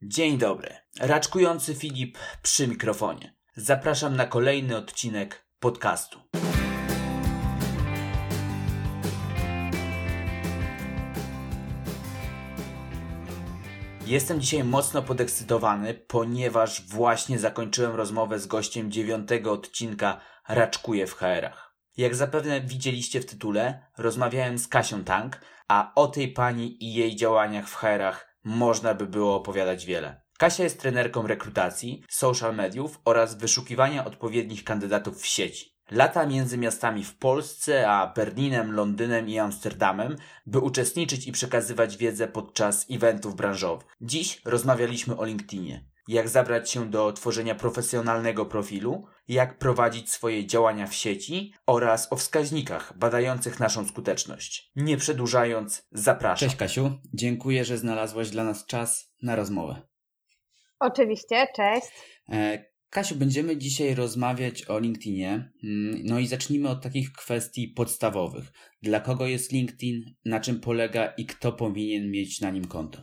Dzień dobry. Raczkujący Filip przy mikrofonie. Zapraszam na kolejny odcinek podcastu. Jestem dzisiaj mocno podekscytowany, ponieważ właśnie zakończyłem rozmowę z gościem 9. odcinka Raczkuję w HR-ach. Jak zapewne widzieliście w tytule, rozmawiałem z Kasią Tank, a o tej pani i jej działaniach w HR-ach można by było opowiadać wiele. Kasia jest trenerką rekrutacji, social mediów oraz wyszukiwania odpowiednich kandydatów w sieci. Lata między miastami w Polsce, a Berlinem, Londynem i Amsterdamem, by uczestniczyć i przekazywać wiedzę podczas eventów branżowych. Dziś rozmawialiśmy o LinkedInie. Jak zabrać się do tworzenia profesjonalnego profilu, jak prowadzić swoje działania w sieci oraz o wskaźnikach badających naszą skuteczność. Nie przedłużając, zapraszam. Cześć Kasiu, dziękuję, że znalazłaś dla nas czas na rozmowę. Oczywiście, cześć. Kasiu, będziemy dzisiaj rozmawiać o LinkedInie. No i zacznijmy od takich kwestii podstawowych. Dla kogo jest LinkedIn, na czym polega i kto powinien mieć na nim konto?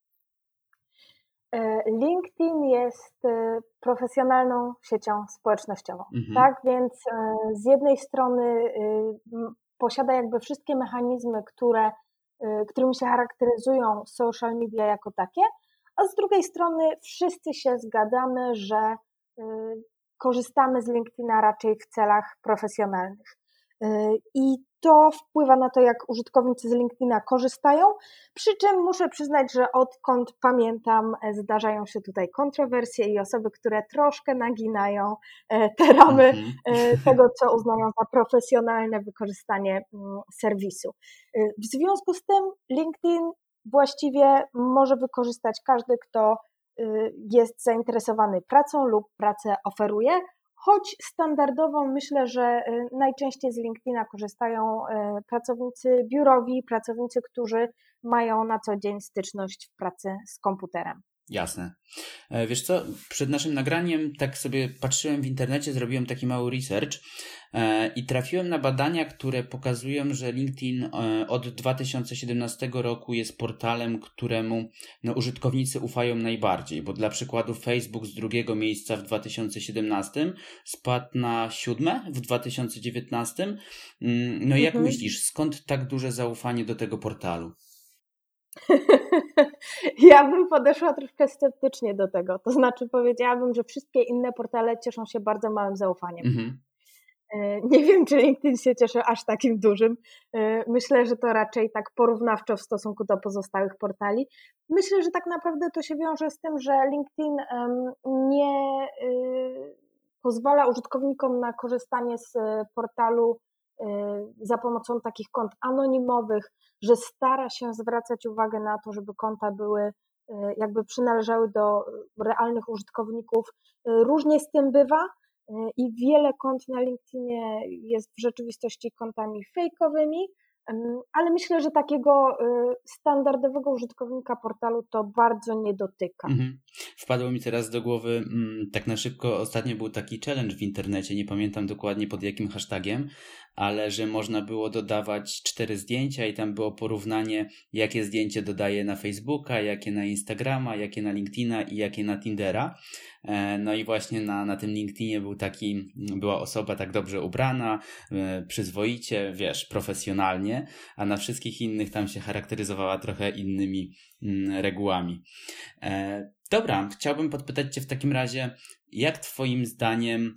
LinkedIn jest profesjonalną siecią społecznościową, tak? Więc z jednej strony posiada jakby wszystkie mechanizmy, którymi się charakteryzują social media jako takie, a z drugiej strony wszyscy się zgadzamy, że korzystamy z LinkedIna raczej w celach profesjonalnych. I to wpływa na to, jak użytkownicy z LinkedIna korzystają, przy czym muszę przyznać, że odkąd pamiętam, zdarzają się tutaj kontrowersje i osoby, które troszkę naginają te ramy tego, co uznają za profesjonalne wykorzystanie serwisu. W związku z tym LinkedIn właściwie może wykorzystać każdy, kto jest zainteresowany pracą lub pracę oferuje, choć standardowo myślę, że najczęściej z LinkedIna korzystają pracownicy biurowi, pracownicy, którzy mają na co dzień styczność w pracy z komputerem. Jasne. Wiesz co, przed naszym nagraniem tak sobie patrzyłem w internecie, zrobiłem taki mały research i trafiłem na badania, które pokazują, że LinkedIn od 2017 roku jest portalem, któremu użytkownicy ufają najbardziej, bo dla przykładu Facebook z 2. miejsca w 2017 spadł na 7. w 2019. No i jak myślisz, skąd tak duże zaufanie do tego portalu? Ja bym podeszła troszkę sceptycznie do tego, to znaczy powiedziałabym, że wszystkie inne portale cieszą się bardzo małym zaufaniem. Nie wiem, czy LinkedIn się cieszy aż takim dużym. Myślę, że to raczej tak porównawczo w stosunku do pozostałych portali. Myślę, że tak naprawdę to się wiąże z tym, że LinkedIn nie pozwala użytkownikom na korzystanie z portalu za pomocą takich kont anonimowych, że stara się zwracać uwagę na to, żeby konta były, jakby przynależały do realnych użytkowników. Różnie z tym bywa i wiele kont na LinkedInie jest w rzeczywistości kontami fejkowymi, ale myślę, że takiego standardowego użytkownika portalu to bardzo nie dotyka. Wpadło mi teraz do głowy, tak na szybko, ostatnio był taki challenge w internecie, nie pamiętam dokładnie pod jakim hashtagiem, ale że można było dodawać 4 zdjęcia i tam było porównanie, jakie zdjęcie dodaje na Facebooka, jakie na Instagrama, jakie na LinkedIna i jakie na Tindera. No i właśnie na tym LinkedInie była osoba tak dobrze ubrana, przyzwoicie, wiesz, profesjonalnie, a na wszystkich innych tam się charakteryzowała trochę innymi regułami. Dobra, chciałbym podpytać Cię w takim razie, jak Twoim zdaniem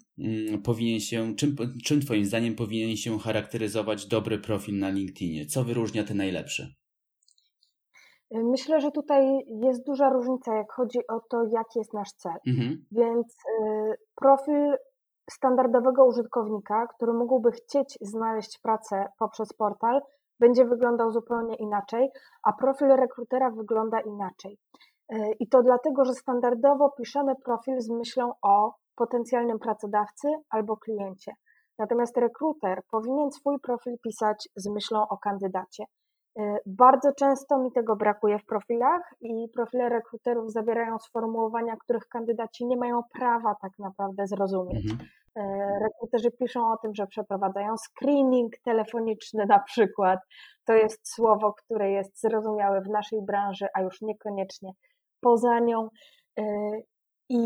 czym Twoim zdaniem powinien się charakteryzować dobry profil na LinkedInie? Co wyróżnia te najlepsze? Myślę, że tutaj jest duża różnica, jak chodzi o to, jaki jest nasz cel. Więc profil standardowego użytkownika, który mógłby chcieć znaleźć pracę poprzez portal, będzie wyglądał zupełnie inaczej, a profil rekrutera wygląda inaczej. I to dlatego, że standardowo piszemy profil z myślą o potencjalnym pracodawcy albo kliencie. Natomiast rekruter powinien swój profil pisać z myślą o kandydacie. Bardzo często mi tego brakuje w profilach i profile rekruterów zawierają sformułowania, których kandydaci nie mają prawa tak naprawdę zrozumieć. Rekruterzy piszą o tym, że przeprowadzają screening telefoniczny na przykład. To jest słowo, które jest zrozumiałe w naszej branży, a już niekoniecznie poza nią i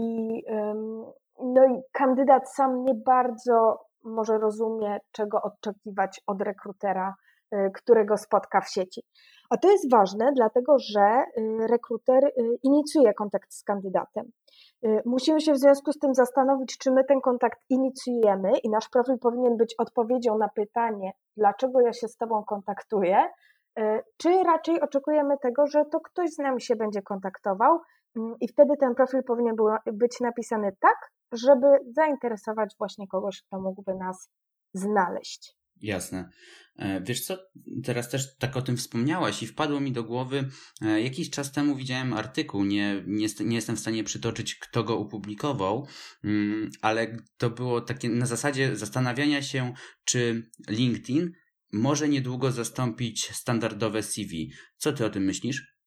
no i kandydat sam nie bardzo może rozumie, czego oczekiwać od rekrutera, którego spotka w sieci. A to jest ważne, dlatego że rekruter inicjuje kontakt z kandydatem. Musimy się w związku z tym zastanowić, czy my ten kontakt inicjujemy i nasz profil powinien być odpowiedzią na pytanie, dlaczego ja się z Tobą kontaktuję, czy raczej oczekujemy tego, że to ktoś z nami się będzie kontaktował i wtedy ten profil powinien być napisany tak, żeby zainteresować właśnie kogoś, kto mógłby nas znaleźć. Jasne. Wiesz co, teraz też tak o tym wspomniałaś i wpadło mi do głowy, jakiś czas temu widziałem artykuł, nie jestem w stanie przytoczyć, kto go opublikował, ale to było takie na zasadzie zastanawiania się, czy LinkedIn może niedługo zastąpić standardowe CV. Co ty o tym myślisz?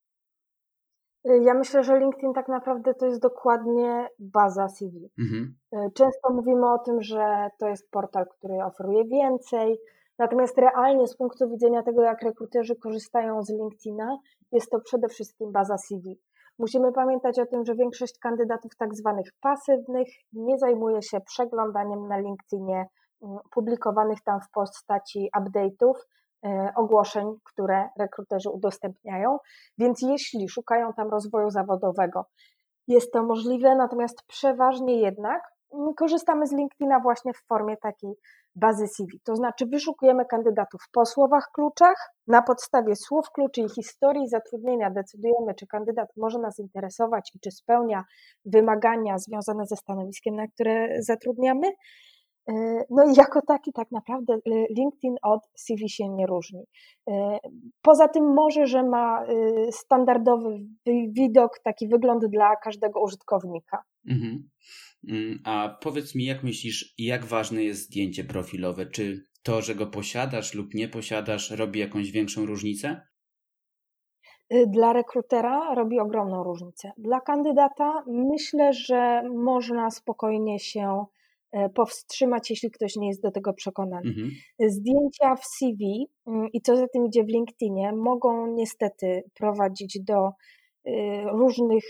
Ja myślę, że LinkedIn tak naprawdę to jest dokładnie baza CV. Często mówimy o tym, że to jest portal, który oferuje więcej, natomiast realnie z punktu widzenia tego, jak rekruterzy korzystają z LinkedIna, jest to przede wszystkim baza CV. Musimy pamiętać o tym, że większość kandydatów tak zwanych pasywnych nie zajmuje się przeglądaniem na LinkedInie publikowanych tam w postaci update'ów, ogłoszeń, które rekruterzy udostępniają, więc jeśli szukają tam rozwoju zawodowego, jest to możliwe, natomiast przeważnie jednak korzystamy z LinkedIna właśnie w formie takiej bazy CV, to znaczy wyszukujemy kandydatów po słowach kluczach, na podstawie słów kluczy i historii zatrudnienia decydujemy, czy kandydat może nas interesować i czy spełnia wymagania związane ze stanowiskiem, na które zatrudniamy. No i jako taki tak naprawdę LinkedIn od CV się nie różni. Poza tym może, że ma standardowy widok, taki wygląd dla każdego użytkownika. A powiedz mi, jak myślisz, jak ważne jest zdjęcie profilowe? Czy to, że go posiadasz lub nie posiadasz, robi jakąś większą różnicę? Dla rekrutera robi ogromną różnicę. Dla kandydata myślę, że można spokojnie się powstrzymać, jeśli ktoś nie jest do tego przekonany. Zdjęcia w CV i co za tym idzie w LinkedInie mogą niestety prowadzić do różnych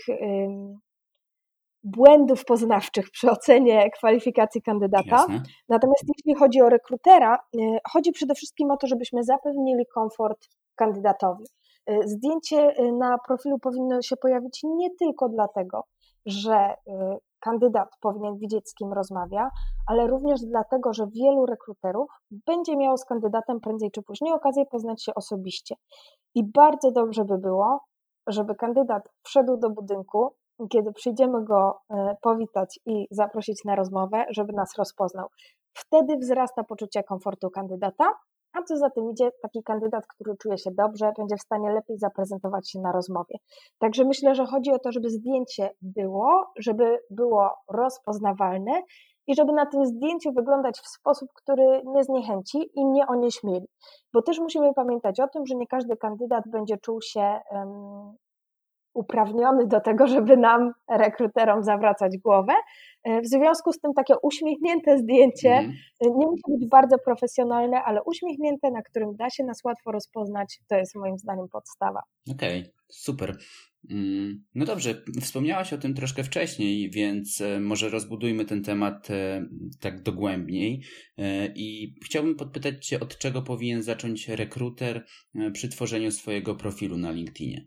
błędów poznawczych przy ocenie kwalifikacji kandydata. Jasne. Natomiast jeśli chodzi o rekrutera, chodzi przede wszystkim o to, żebyśmy zapewnili komfort kandydatowi. Zdjęcie na profilu powinno się pojawić nie tylko dlatego, że kandydat powinien widzieć, z kim rozmawia, ale również dlatego, że wielu rekruterów będzie miało z kandydatem prędzej czy później okazję poznać się osobiście. I bardzo dobrze by było, żeby kandydat wszedł do budynku, kiedy przyjdziemy go powitać i zaprosić na rozmowę, żeby nas rozpoznał. Wtedy wzrasta poczucie komfortu kandydata, a co za tym idzie, taki kandydat, który czuje się dobrze, będzie w stanie lepiej zaprezentować się na rozmowie. Także myślę, że chodzi o to, żeby zdjęcie było, żeby było rozpoznawalne i żeby na tym zdjęciu wyglądać w sposób, który nie zniechęci i nie onieśmieli. Bo też musimy pamiętać o tym, że nie każdy kandydat będzie czuł się uprawniony do tego, żeby nam, rekruterom, zawracać głowę. W związku z tym takie uśmiechnięte zdjęcie nie musi być bardzo profesjonalne, ale uśmiechnięte, na którym da się nas łatwo rozpoznać, to jest moim zdaniem podstawa. Okej, super. No dobrze, wspomniałaś o tym troszkę wcześniej, więc może rozbudujmy ten temat tak dogłębniej i chciałbym podpytać Cię, od czego powinien zacząć rekruter przy tworzeniu swojego profilu na LinkedInie?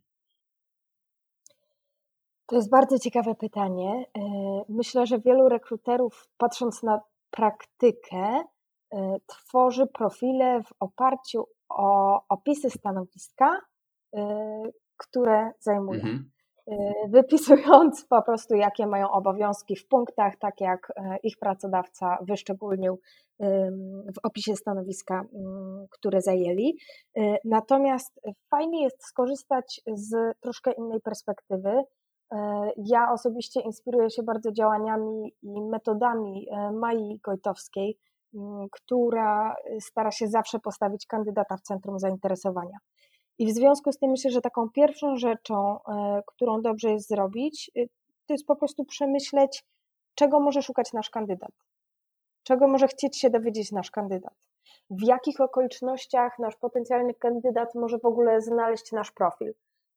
To jest bardzo ciekawe pytanie. Myślę, że wielu rekruterów, patrząc na praktykę, tworzy profile w oparciu o opisy stanowiska, które zajmują. Wypisując po prostu, jakie mają obowiązki w punktach, tak jak ich pracodawca wyszczególnił w opisie stanowiska, które zajęli. Natomiast fajnie jest skorzystać z troszkę innej perspektywy. Ja osobiście inspiruję się bardzo działaniami i metodami Mai Gojtowskiej, która stara się zawsze postawić kandydata w centrum zainteresowania. I w związku z tym myślę, że taką pierwszą rzeczą, którą dobrze jest zrobić, to jest po prostu przemyśleć, czego może szukać nasz kandydat, czego może chcieć się dowiedzieć nasz kandydat, w jakich okolicznościach nasz potencjalny kandydat może w ogóle znaleźć nasz profil.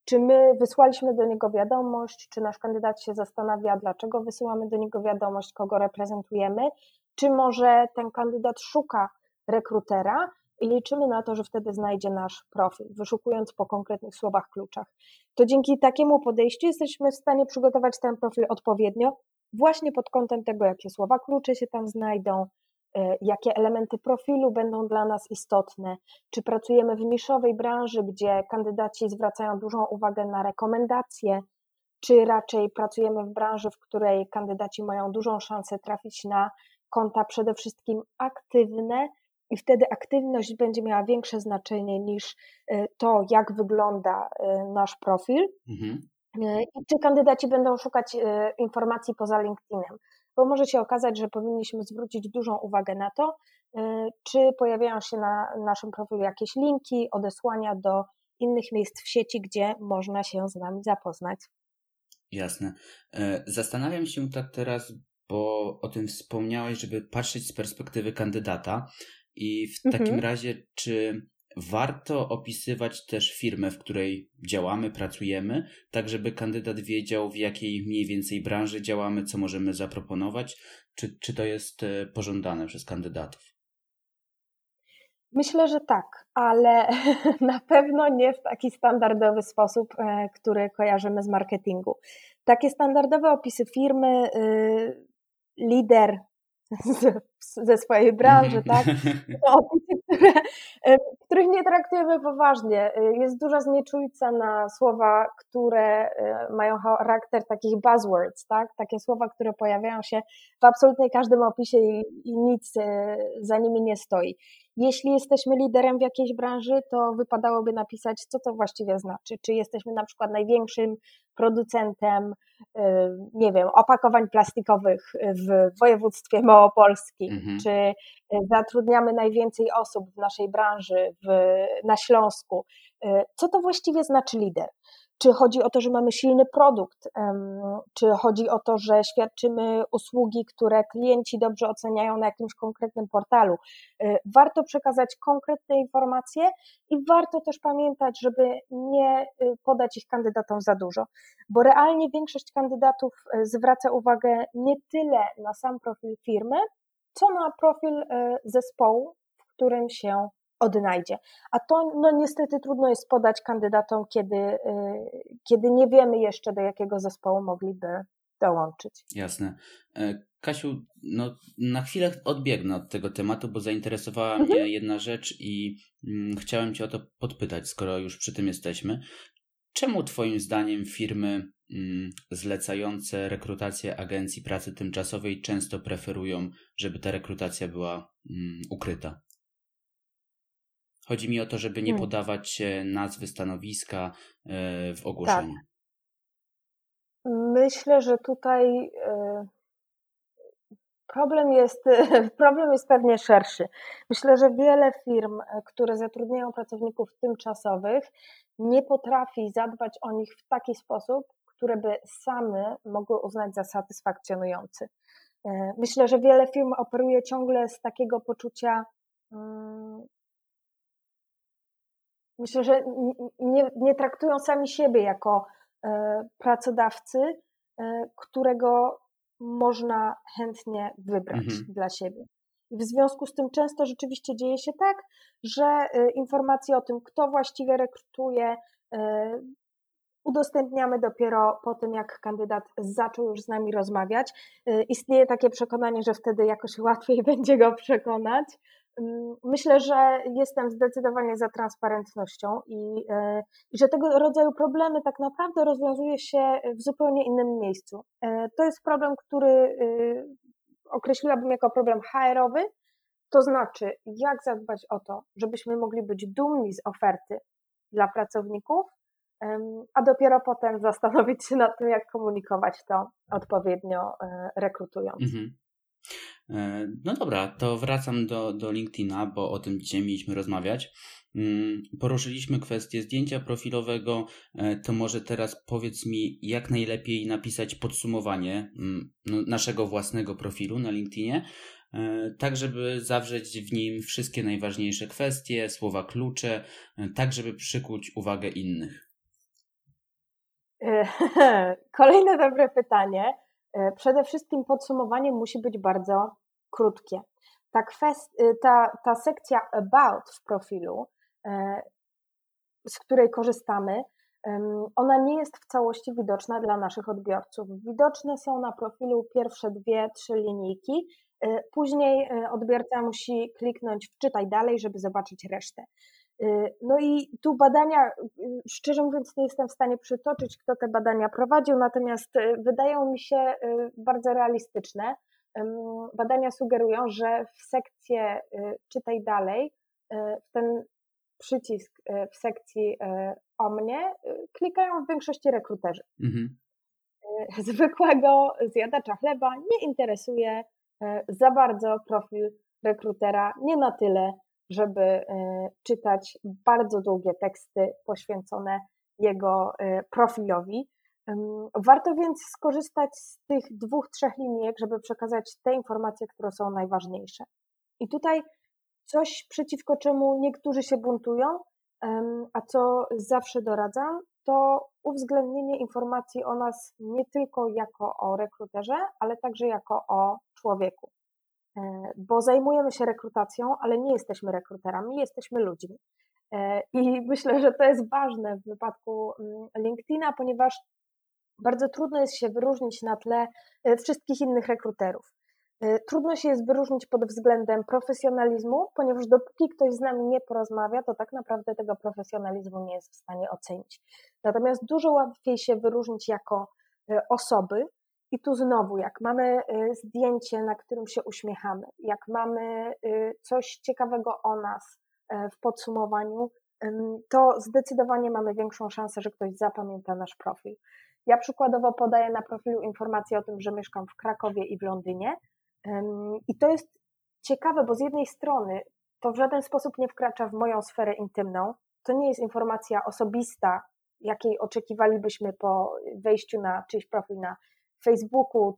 Czy my wysłaliśmy do niego wiadomość, czy nasz kandydat się zastanawia, dlaczego wysyłamy do niego wiadomość, kogo reprezentujemy, czy może ten kandydat szuka rekrutera i liczymy na to, że wtedy znajdzie nasz profil, wyszukując po konkretnych słowach kluczach. To dzięki takiemu podejściu jesteśmy w stanie przygotować ten profil odpowiednio, właśnie pod kątem tego, jakie słowa klucze się tam znajdą, jakie elementy profilu będą dla nas istotne, czy pracujemy w niszowej branży, gdzie kandydaci zwracają dużą uwagę na rekomendacje, czy raczej pracujemy w branży, w której kandydaci mają dużą szansę trafić na konta przede wszystkim aktywne i wtedy aktywność będzie miała większe znaczenie niż to, jak wygląda nasz profil. I czy kandydaci będą szukać informacji poza LinkedInem, bo może się okazać, że powinniśmy zwrócić dużą uwagę na to, czy pojawiają się na naszym profilu jakieś linki, odesłania do innych miejsc w sieci, gdzie można się z nami zapoznać. Jasne. Zastanawiam się tak teraz, bo o tym wspomniałeś, żeby patrzeć z perspektywy kandydata i w takim razie, czy warto opisywać też firmę, w której działamy, pracujemy, tak żeby kandydat wiedział, w jakiej mniej więcej branży działamy, co możemy zaproponować, czy to jest pożądane przez kandydatów? Myślę, że tak, ale na pewno nie w taki standardowy sposób, który kojarzymy z marketingu. Takie standardowe opisy firmy, lider ze swojej branży, tak? To opisy, których nie traktujemy poważnie. Jest duża znieczulica na słowa, które mają charakter takich buzzwords, tak? Takie słowa, które pojawiają się w absolutnie każdym opisie i nic za nimi nie stoi. Jeśli jesteśmy liderem w jakiejś branży, to wypadałoby napisać, co to właściwie znaczy. Czy jesteśmy na przykład największym producentem, nie wiem, opakowań plastikowych w województwie małopolskim, czy zatrudniamy najwięcej osób w naszej branży na Śląsku. Co to właściwie znaczy lider? Czy chodzi o to, że mamy silny produkt, czy chodzi o to, że świadczymy usługi, które klienci dobrze oceniają na jakimś konkretnym portalu. Warto przekazać konkretne informacje i warto też pamiętać, żeby nie podać ich kandydatom za dużo, bo realnie większość kandydatów zwraca uwagę nie tyle na sam profil firmy, co na profil zespołu, w którym się odnajdzie. A to niestety trudno jest podać kandydatom, kiedy nie wiemy jeszcze, do jakiego zespołu mogliby dołączyć. Jasne. Kasiu, na chwilę odbiegnę od tego tematu, bo zainteresowała mnie jedna rzecz i chciałem Cię o to podpytać, skoro już przy tym jesteśmy. Czemu Twoim zdaniem firmy zlecające rekrutację agencji pracy tymczasowej często preferują, żeby ta rekrutacja była ukryta? Chodzi mi o to, żeby nie podawać nazwy stanowiska w ogłoszeniu. Tak. Myślę, że tutaj problem jest pewnie szerszy. Myślę, że wiele firm, które zatrudniają pracowników tymczasowych, nie potrafi zadbać o nich w taki sposób, który by same mogły uznać za satysfakcjonujący. Myślę, że wiele firm operuje ciągle z takiego poczucia, myślę, że nie traktują sami siebie jako pracodawcy, którego można chętnie wybrać dla siebie. W związku z tym często rzeczywiście dzieje się tak, że informacje o tym, kto właściwie rekrutuje, udostępniamy dopiero po tym, jak kandydat zaczął już z nami rozmawiać. Istnieje takie przekonanie, że wtedy jakoś łatwiej będzie go przekonać. Myślę, że jestem zdecydowanie za transparentnością i że tego rodzaju problemy tak naprawdę rozwiązuje się w zupełnie innym miejscu. To jest problem, który określiłabym jako problem HR-owy, to znaczy jak zadbać o to, żebyśmy mogli być dumni z oferty dla pracowników, a dopiero potem zastanowić się nad tym, jak komunikować to odpowiednio rekrutując. No dobra, to wracam do LinkedIna, bo o tym dzisiaj mieliśmy rozmawiać. Poruszyliśmy kwestię zdjęcia profilowego, to może teraz powiedz mi, jak najlepiej napisać podsumowanie naszego własnego profilu na LinkedInie, tak żeby zawrzeć w nim wszystkie najważniejsze kwestie, słowa klucze, tak żeby przykuć uwagę innych. Kolejne dobre pytanie. Przede wszystkim podsumowanie musi być bardzo krótkie. Ta sekcja about w profilu, z której korzystamy, ona nie jest w całości widoczna dla naszych odbiorców. Widoczne są na profilu pierwsze 2-3 linijki, później odbiorca musi kliknąć wczytaj dalej, żeby zobaczyć resztę. No i tu badania, szczerze mówiąc, nie jestem w stanie przytoczyć, kto te badania prowadził, natomiast wydają mi się bardzo realistyczne. Badania sugerują, że w sekcję czytaj dalej, w ten przycisk w sekcji o mnie klikają w większości rekruterzy. Zwykłego zjadacza chleba nie interesuje za bardzo profil rekrutera, nie na tyle, żeby czytać bardzo długie teksty poświęcone jego profilowi. Warto więc skorzystać z tych 2-3 linijek, żeby przekazać te informacje, które są najważniejsze. I tutaj coś, przeciwko czemu niektórzy się buntują, a co zawsze doradzam, to uwzględnienie informacji o nas nie tylko jako o rekruterze, ale także jako o człowieku. Bo zajmujemy się rekrutacją, ale nie jesteśmy rekruterami, jesteśmy ludźmi. I myślę, że to jest ważne w wypadku LinkedIna, ponieważ bardzo trudno jest się wyróżnić na tle wszystkich innych rekruterów. Trudno się jest wyróżnić pod względem profesjonalizmu, ponieważ dopóki ktoś z nami nie porozmawia, to tak naprawdę tego profesjonalizmu nie jest w stanie ocenić. Natomiast dużo łatwiej się wyróżnić jako osoby i tu znowu, jak mamy zdjęcie, na którym się uśmiechamy, jak mamy coś ciekawego o nas w podsumowaniu, to zdecydowanie mamy większą szansę, że ktoś zapamięta nasz profil. Ja przykładowo podaję na profilu informację o tym, że mieszkam w Krakowie i w Londynie. I to jest ciekawe, bo z jednej strony to w żaden sposób nie wkracza w moją sferę intymną. To nie jest informacja osobista, jakiej oczekiwalibyśmy po wejściu na czyjś profil na Facebooku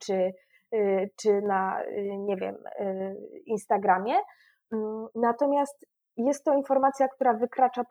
czy na, nie wiem, Instagramie. Natomiast jest to informacja, która wykracza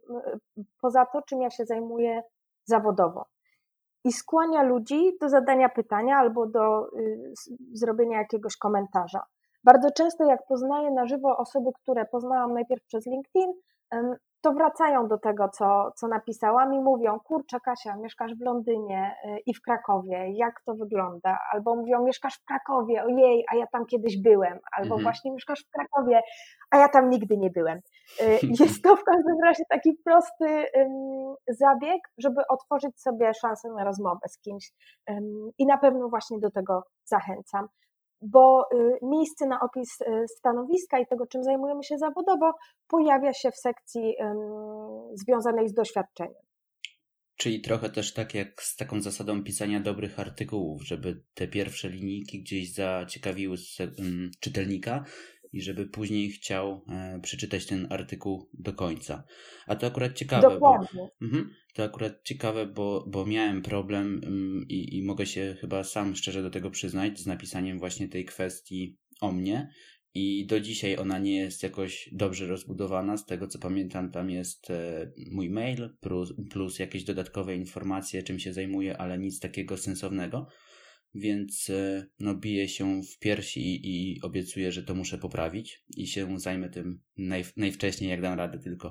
poza to, czym ja się zajmuję zawodowo. I skłania ludzi do zadania pytania albo do zrobienia jakiegoś komentarza. Bardzo często jak poznaję na żywo osoby, które poznałam najpierw przez LinkedIn, to wracają do tego, co napisałam i mówią, kurczę Kasia, mieszkasz w Londynie i w Krakowie, jak to wygląda? Albo mówią, mieszkasz w Krakowie, ojej, a ja tam kiedyś byłem. Albo właśnie mieszkasz w Krakowie, a ja tam nigdy nie byłem. Jest to w każdym razie taki prosty zabieg, żeby otworzyć sobie szansę na rozmowę z kimś i na pewno właśnie do tego zachęcam. Bo miejsce na opis stanowiska i tego, czym zajmujemy się zawodowo, pojawia się w sekcji związanej z doświadczeniem. Czyli trochę też tak jak z taką zasadą pisania dobrych artykułów, żeby te pierwsze linijki gdzieś zaciekawiły czytelnika i żeby później chciał przeczytać ten artykuł do końca. A to akurat ciekawe, dokładnie. To akurat ciekawe, bo miałem problem i mogę się chyba sam szczerze do tego przyznać z napisaniem właśnie tej kwestii o mnie. I do dzisiaj ona nie jest jakoś dobrze rozbudowana. Z tego co pamiętam, tam jest mój mail plus jakieś dodatkowe informacje, czym się zajmuję, ale nic takiego sensownego. Więc no biję się w piersi i obiecuję, że to muszę poprawić i się zajmę tym najwcześniej, jak dam radę tylko.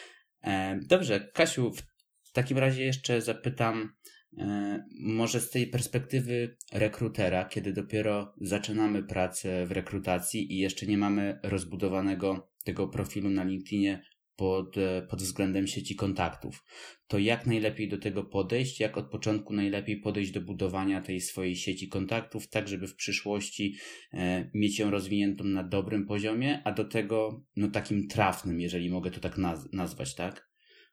Dobrze, Kasiu, w takim razie jeszcze zapytam, może z tej perspektywy rekrutera, kiedy dopiero zaczynamy pracę w rekrutacji i jeszcze nie mamy rozbudowanego tego profilu na LinkedInie pod względem sieci kontaktów, to jak najlepiej do tego podejść, jak od początku najlepiej podejść do budowania tej swojej sieci kontaktów, tak żeby w przyszłości mieć ją rozwiniętą na dobrym poziomie, a do tego no takim trafnym, jeżeli mogę to tak nazwać, tak?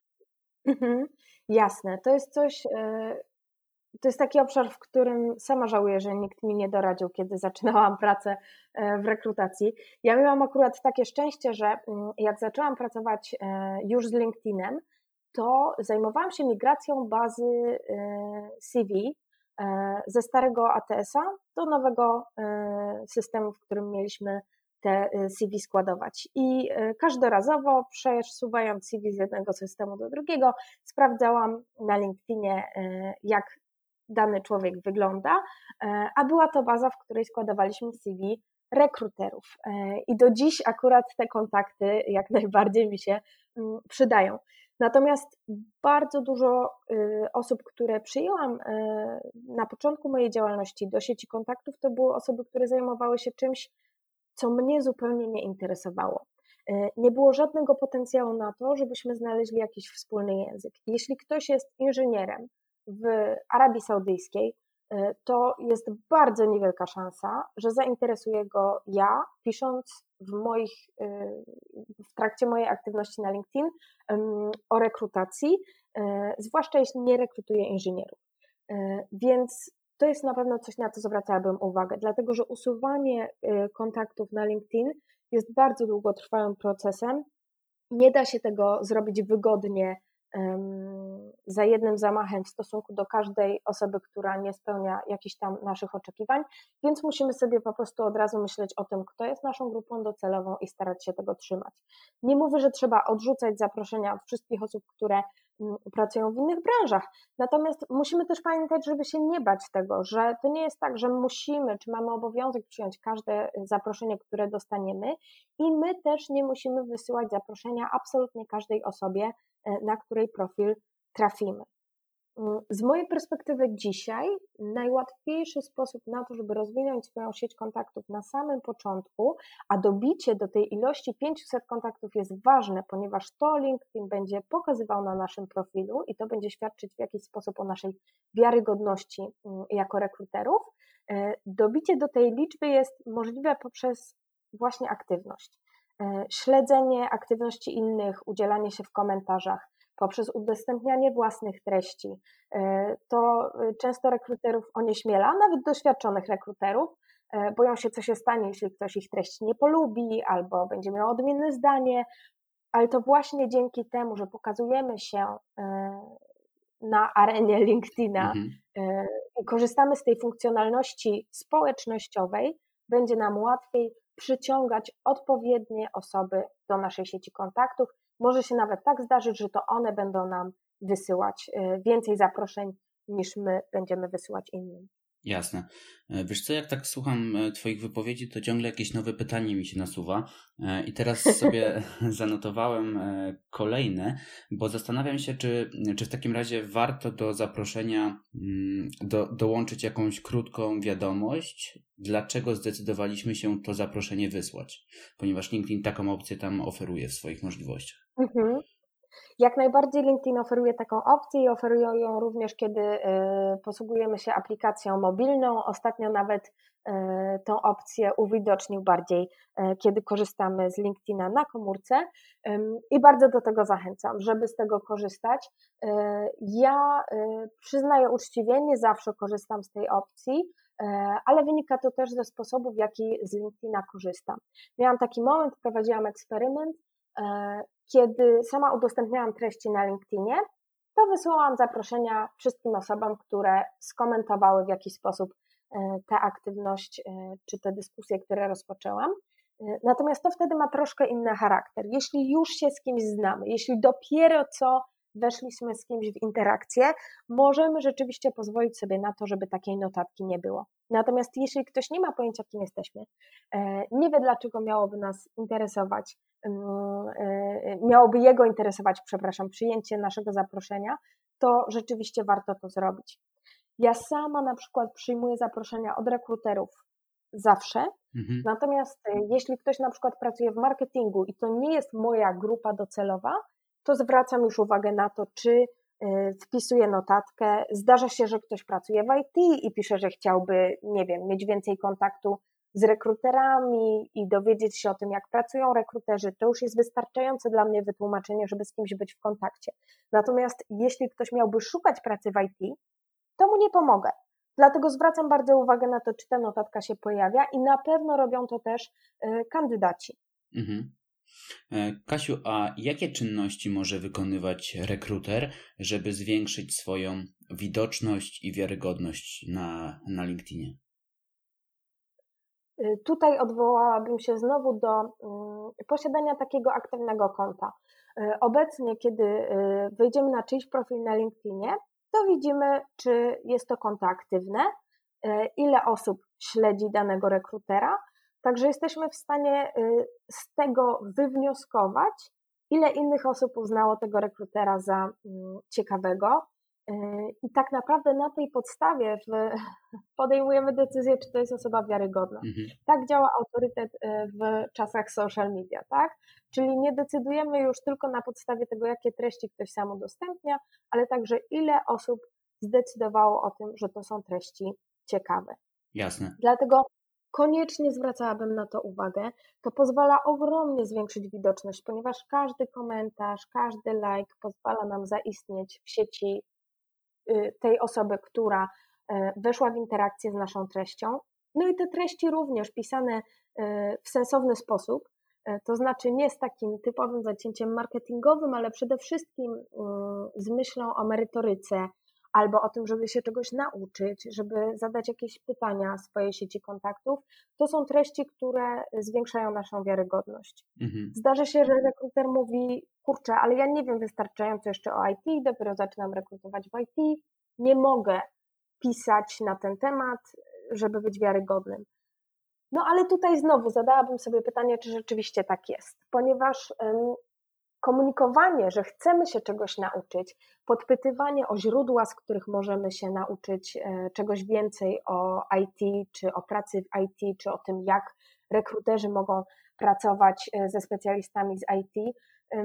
Jasne, to jest coś, to jest taki obszar, w którym sama żałuję, że nikt mi nie doradził, kiedy zaczynałam pracę w rekrutacji. Ja miałam akurat takie szczęście, że jak zaczęłam pracować już z LinkedInem, to zajmowałam się migracją bazy CV ze starego ATS-a do nowego systemu, w którym mieliśmy te CV składować. I każdorazowo przesuwając CV z jednego systemu do drugiego, sprawdzałam na LinkedInie, jak dany człowiek wygląda, a była to baza, w której składowaliśmy CV rekruterów. I do dziś akurat te kontakty jak najbardziej mi się przydają. Natomiast bardzo dużo osób, które przyjęłam na początku mojej działalności do sieci kontaktów, to były osoby, które zajmowały się czymś, co mnie zupełnie nie interesowało. Nie było żadnego potencjału na to, żebyśmy znaleźli jakiś wspólny język. Jeśli ktoś jest inżynierem w Arabii Saudyjskiej, to jest bardzo niewielka szansa, że zainteresuję go ja, pisząc w trakcie mojej aktywności na LinkedIn o rekrutacji, zwłaszcza jeśli nie rekrutuję inżynierów. Więc to jest na pewno coś, na co zwracałabym uwagę, dlatego że usuwanie kontaktów na LinkedIn jest bardzo długotrwałym procesem. Nie da się tego zrobić wygodnie za jednym zamachem w stosunku do każdej osoby, która nie spełnia jakichś tam naszych oczekiwań, więc musimy sobie po prostu od razu myśleć o tym, kto jest naszą grupą docelową i starać się tego trzymać. Nie mówię, że trzeba odrzucać zaproszenia od wszystkich osób, które pracują w innych branżach, natomiast musimy też pamiętać, żeby się nie bać tego, że to nie jest tak, że musimy, czy mamy obowiązek przyjąć każde zaproszenie, które dostaniemy i my też nie musimy wysyłać zaproszenia absolutnie każdej osobie, na której profil trafimy. Z mojej perspektywy dzisiaj najłatwiejszy sposób na to, żeby rozwinąć swoją sieć kontaktów na samym początku, a dobicie do tej ilości 500 kontaktów jest ważne, ponieważ to LinkedIn będzie pokazywał na naszym profilu i to będzie świadczyć w jakiś sposób o naszej wiarygodności jako rekruterów. Dobicie do tej liczby jest możliwe poprzez właśnie aktywność. Śledzenie aktywności innych, udzielanie się w komentarzach, poprzez udostępnianie własnych treści. To często rekruterów onieśmiela, nawet doświadczonych rekruterów, boją się, co się stanie, jeśli ktoś ich treści nie polubi albo będzie miał odmienne zdanie, ale to właśnie dzięki temu, że pokazujemy się na arenie LinkedIna i korzystamy z tej funkcjonalności społecznościowej, będzie nam łatwiej przyciągać odpowiednie osoby do naszej sieci kontaktów. Może się nawet tak zdarzyć, że to one będą nam wysyłać więcej zaproszeń niż my będziemy wysyłać innym. Jasne. Wiesz co, jak tak słucham Twoich wypowiedzi, to ciągle jakieś nowe pytanie mi się nasuwa i teraz sobie zanotowałem kolejne, bo zastanawiam się, czy w takim razie warto do zaproszenia dołączyć jakąś krótką wiadomość, dlaczego zdecydowaliśmy się to zaproszenie wysłać, ponieważ LinkedIn taką opcję tam oferuje w swoich możliwościach. Jak najbardziej LinkedIn oferuje taką opcję i oferują ją również, kiedy posługujemy się aplikacją mobilną. Ostatnio nawet tą opcję uwidocznił bardziej, kiedy korzystamy z LinkedIna na komórce i bardzo do tego zachęcam, żeby z tego korzystać. Ja przyznaję uczciwie, nie zawsze korzystam z tej opcji, ale wynika to też ze sposobu, w jaki z LinkedIna korzystam. Miałam taki moment, prowadziłam eksperyment, kiedy sama udostępniałam treści na LinkedInie, to wysyłałam zaproszenia wszystkim osobom, które skomentowały w jakiś sposób tę aktywność czy te dyskusje, które rozpoczęłam. Natomiast to wtedy ma troszkę inny charakter. Jeśli już się z kimś znamy, jeśli dopiero co weszliśmy z kimś w interakcję, możemy rzeczywiście pozwolić sobie na to, żeby takiej notatki nie było. Natomiast jeśli ktoś nie ma pojęcia, kim jesteśmy, nie wie, dlaczego miałoby jego interesować, przyjęcie naszego zaproszenia, to rzeczywiście warto to zrobić. Ja sama na przykład przyjmuję zaproszenia od rekruterów zawsze, natomiast jeśli ktoś na przykład pracuje w marketingu i to nie jest moja grupa docelowa, to zwracam już uwagę na to, czy wpisuję notatkę. Zdarza się, że ktoś pracuje w IT i pisze, że chciałby, nie wiem, mieć więcej kontaktu z rekruterami i dowiedzieć się o tym, jak pracują rekruterzy. To już jest wystarczające dla mnie wytłumaczenie, żeby z kimś być w kontakcie. Natomiast jeśli ktoś miałby szukać pracy w IT, to mu nie pomogę. Dlatego zwracam bardzo uwagę na to, czy ta notatka się pojawia i na pewno robią to też kandydaci. Kasiu, a jakie czynności może wykonywać rekruter, żeby zwiększyć swoją widoczność i wiarygodność na LinkedInie? Tutaj odwołałabym się znowu do posiadania takiego aktywnego konta. Obecnie, kiedy wejdziemy na czyjś profil na LinkedInie, to widzimy, czy jest to konto aktywne, ile osób śledzi danego rekrutera, także jesteśmy w stanie z tego wywnioskować, ile innych osób uznało tego rekrutera za ciekawego. I tak naprawdę na tej podstawie podejmujemy decyzję, czy to jest osoba wiarygodna. Tak działa autorytet w czasach social media, tak? Czyli nie decydujemy już tylko na podstawie tego, jakie treści ktoś sam udostępnia, ale także ile osób zdecydowało o tym, że to są treści ciekawe. Jasne. Dlatego koniecznie zwracałabym na to uwagę. To pozwala ogromnie zwiększyć widoczność, ponieważ każdy komentarz, każdy like pozwala nam zaistnieć w sieci tej osoby, która weszła w interakcję z naszą treścią. No i te treści również pisane w sensowny sposób, to znaczy nie z takim typowym zacięciem marketingowym, ale przede wszystkim z myślą o merytoryce albo o tym, żeby się czegoś nauczyć, żeby zadać jakieś pytania swojej sieci kontaktów. To są treści, które zwiększają naszą wiarygodność. Zdarzy się, że rekruter mówi, kurczę, ale ja nie wiem wystarczająco jeszcze o IT, dopiero zaczynam rekrutować w IT, nie mogę pisać na ten temat, żeby być wiarygodnym. No ale tutaj znowu zadałabym sobie pytanie, czy rzeczywiście tak jest, ponieważ komunikowanie, że chcemy się czegoś nauczyć, podpytywanie o źródła, z których możemy się nauczyć czegoś więcej o IT, czy o pracy w IT, czy o tym, jak rekruterzy mogą pracować ze specjalistami z IT,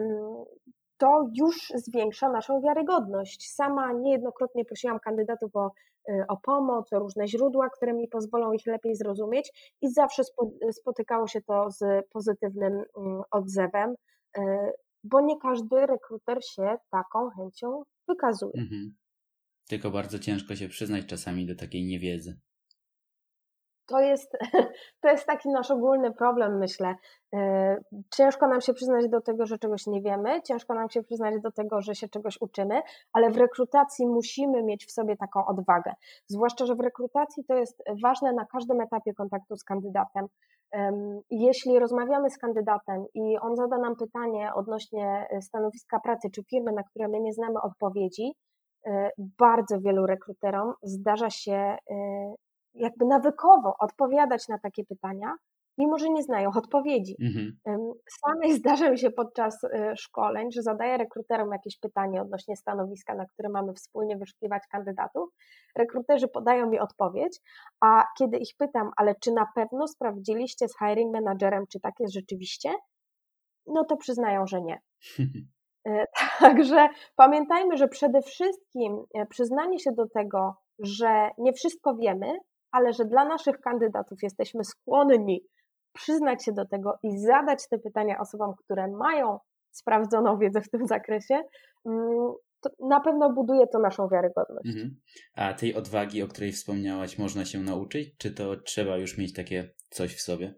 to już zwiększa naszą wiarygodność. Sama niejednokrotnie prosiłam kandydatów o pomoc, o różne źródła, które mi pozwolą ich lepiej zrozumieć i zawsze spotykało się to z pozytywnym odzewem, bo nie każdy rekruter się taką chęcią wykazuje. Tylko bardzo ciężko się przyznać czasami do takiej niewiedzy. To jest taki nasz ogólny problem, myślę. Ciężko nam się przyznać do tego, że czegoś nie wiemy, ciężko nam się przyznać do tego, że się czegoś uczymy, ale w rekrutacji musimy mieć w sobie taką odwagę. Zwłaszcza, że w rekrutacji to jest ważne na każdym etapie kontaktu z kandydatem. Jeśli rozmawiamy z kandydatem i on zada nam pytanie odnośnie stanowiska pracy czy firmy, na które my nie znamy odpowiedzi, bardzo wielu rekruterom zdarza się jakby nawykowo odpowiadać na takie pytania, mimo że nie znają odpowiedzi. Samej zdarza mi się podczas szkoleń, że zadaję rekruterom jakieś pytanie odnośnie stanowiska, na które mamy wspólnie wyszukiwać kandydatów. Rekruterzy podają mi odpowiedź, a kiedy ich pytam, ale czy na pewno sprawdziliście z hiring managerem, czy tak jest rzeczywiście, no to przyznają, że nie. Także pamiętajmy, że przede wszystkim przyznanie się do tego, że nie wszystko wiemy, ale że dla naszych kandydatów jesteśmy skłonni przyznać się do tego i zadać te pytania osobom, które mają sprawdzoną wiedzę w tym zakresie, to na pewno buduje to naszą wiarygodność. A tej odwagi, o której wspomniałaś, można się nauczyć? Czy to trzeba już mieć takie coś w sobie?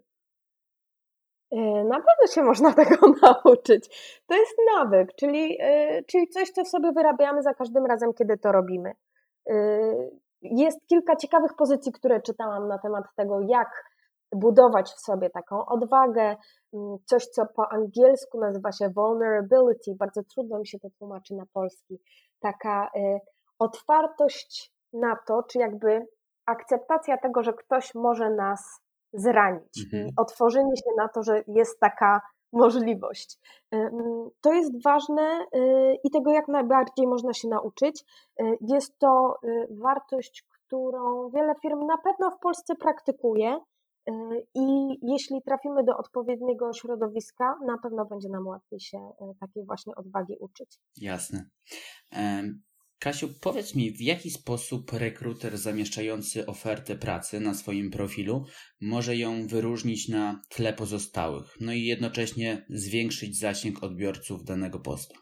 Na pewno się można tego nauczyć. To jest nawyk, czyli coś, co w sobie wyrabiamy za każdym razem, kiedy to robimy. Jest kilka ciekawych pozycji, które czytałam na temat tego, jak budować w sobie taką odwagę, coś, co po angielsku nazywa się vulnerability, bardzo trudno mi się to tłumaczy na polski, taka otwartość na to, czy jakby akceptacja tego, że ktoś może nas zranić i otworzenie się na to, że jest taka możliwość. To jest ważne i tego jak najbardziej można się nauczyć. Jest to wartość, którą wiele firm na pewno w Polsce praktykuje i jeśli trafimy do odpowiedniego środowiska, na pewno będzie nam łatwiej się takiej właśnie odwagi uczyć. Jasne. Kasiu, powiedz mi, w jaki sposób rekruter zamieszczający ofertę pracy na swoim profilu może ją wyróżnić na tle pozostałych, no i jednocześnie zwiększyć zasięg odbiorców danego posta?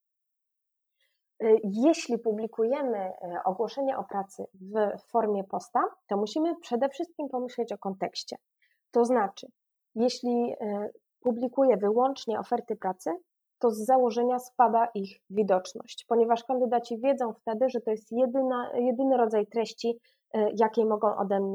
Jeśli publikujemy ogłoszenie o pracy w formie posta, to musimy przede wszystkim pomyśleć o kontekście. To znaczy, jeśli publikuję wyłącznie oferty pracy, to z założenia spada ich widoczność, ponieważ kandydaci wiedzą wtedy, że to jest jedyny rodzaj treści, jakiej mogą ode mnie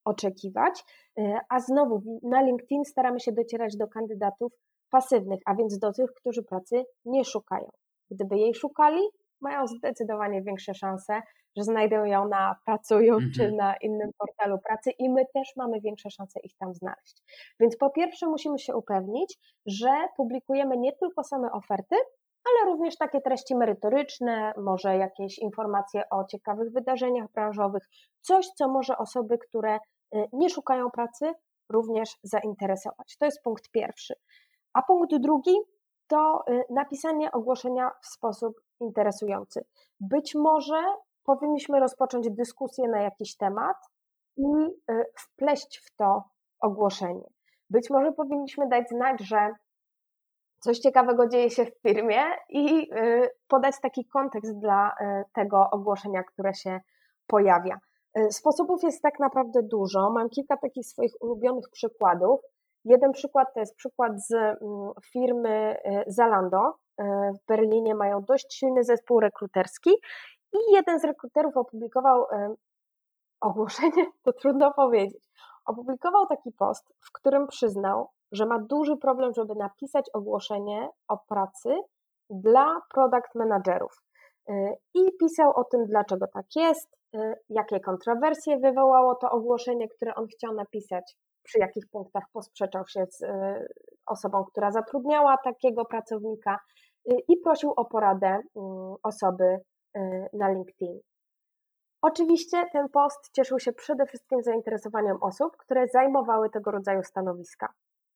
oczekiwać, a znowu na LinkedIn staramy się docierać do kandydatów pasywnych, a więc do tych, którzy pracy nie szukają. Gdyby jej szukali, mają zdecydowanie większe szanse, że znajdą ją na Pracuju czy na innym portalu pracy i my też mamy większe szanse ich tam znaleźć. Więc po pierwsze musimy się upewnić, że publikujemy nie tylko same oferty, ale również takie treści merytoryczne, może jakieś informacje o ciekawych wydarzeniach branżowych, coś, co może osoby, które nie szukają pracy, również zainteresować. To jest punkt pierwszy. A punkt drugi to napisanie ogłoszenia w sposób interesujący. Być może powinniśmy rozpocząć dyskusję na jakiś temat i wpleść w to ogłoszenie. Być może powinniśmy dać znać, że coś ciekawego dzieje się w firmie i podać taki kontekst dla tego ogłoszenia, które się pojawia. Sposobów jest tak naprawdę dużo. Mam kilka takich swoich ulubionych przykładów. Jeden przykład to jest przykład z firmy Zalando. W Berlinie mają dość silny zespół rekruterski i jeden z rekruterów opublikował ogłoszenie, to trudno powiedzieć. Opublikował taki post, w którym przyznał, że ma duży problem, żeby napisać ogłoszenie o pracy dla product managerów. I pisał o tym, dlaczego tak jest, jakie kontrowersje wywołało to ogłoszenie, które on chciał napisać, przy jakich punktach posprzeczał się z osobą, która zatrudniała takiego pracownika i prosił o poradę osoby na LinkedIn. Oczywiście ten post cieszył się przede wszystkim zainteresowaniem osób, które zajmowały tego rodzaju stanowiska.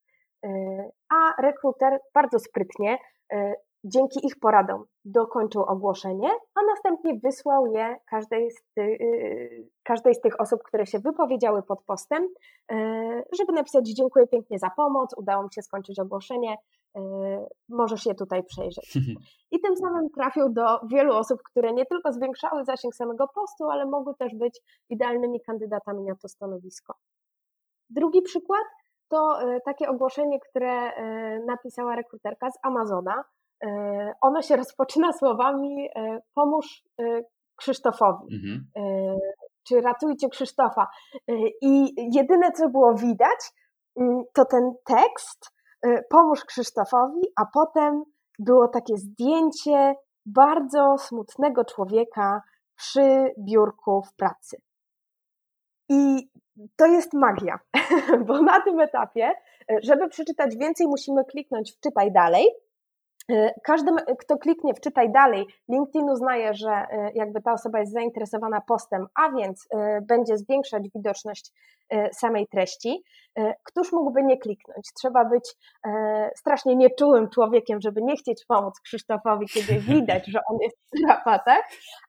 A rekruter bardzo sprytnie, dzięki ich poradom, dokończył ogłoszenie, a następnie wysłał je każdej z tych osób, które się wypowiedziały pod postem, żeby napisać: dziękuję pięknie za pomoc, udało mi się skończyć ogłoszenie, możesz je tutaj przejrzeć. I tym samym trafił do wielu osób, które nie tylko zwiększały zasięg samego postu, ale mogły też być idealnymi kandydatami na to stanowisko. Drugi przykład to takie ogłoszenie, które napisała rekruterka z Amazona. Ono się rozpoczyna słowami: pomóż Krzysztofowi, czy ratujcie Krzysztofa. I jedyne, co było widać, to ten tekst: pomóż Krzysztofowi, a potem było takie zdjęcie bardzo smutnego człowieka przy biurku w pracy. I to jest magia, bo na tym etapie, żeby przeczytać więcej, musimy kliknąć w czytaj dalej. Każdy, kto kliknie w czytaj dalej, LinkedIn uznaje, że jakby ta osoba jest zainteresowana postem, a więc będzie zwiększać widoczność samej treści. Któż mógłby nie kliknąć? Trzeba być strasznie nieczułym człowiekiem, żeby nie chcieć pomóc Krzysztofowi, kiedy widać, że on jest w tarapatach.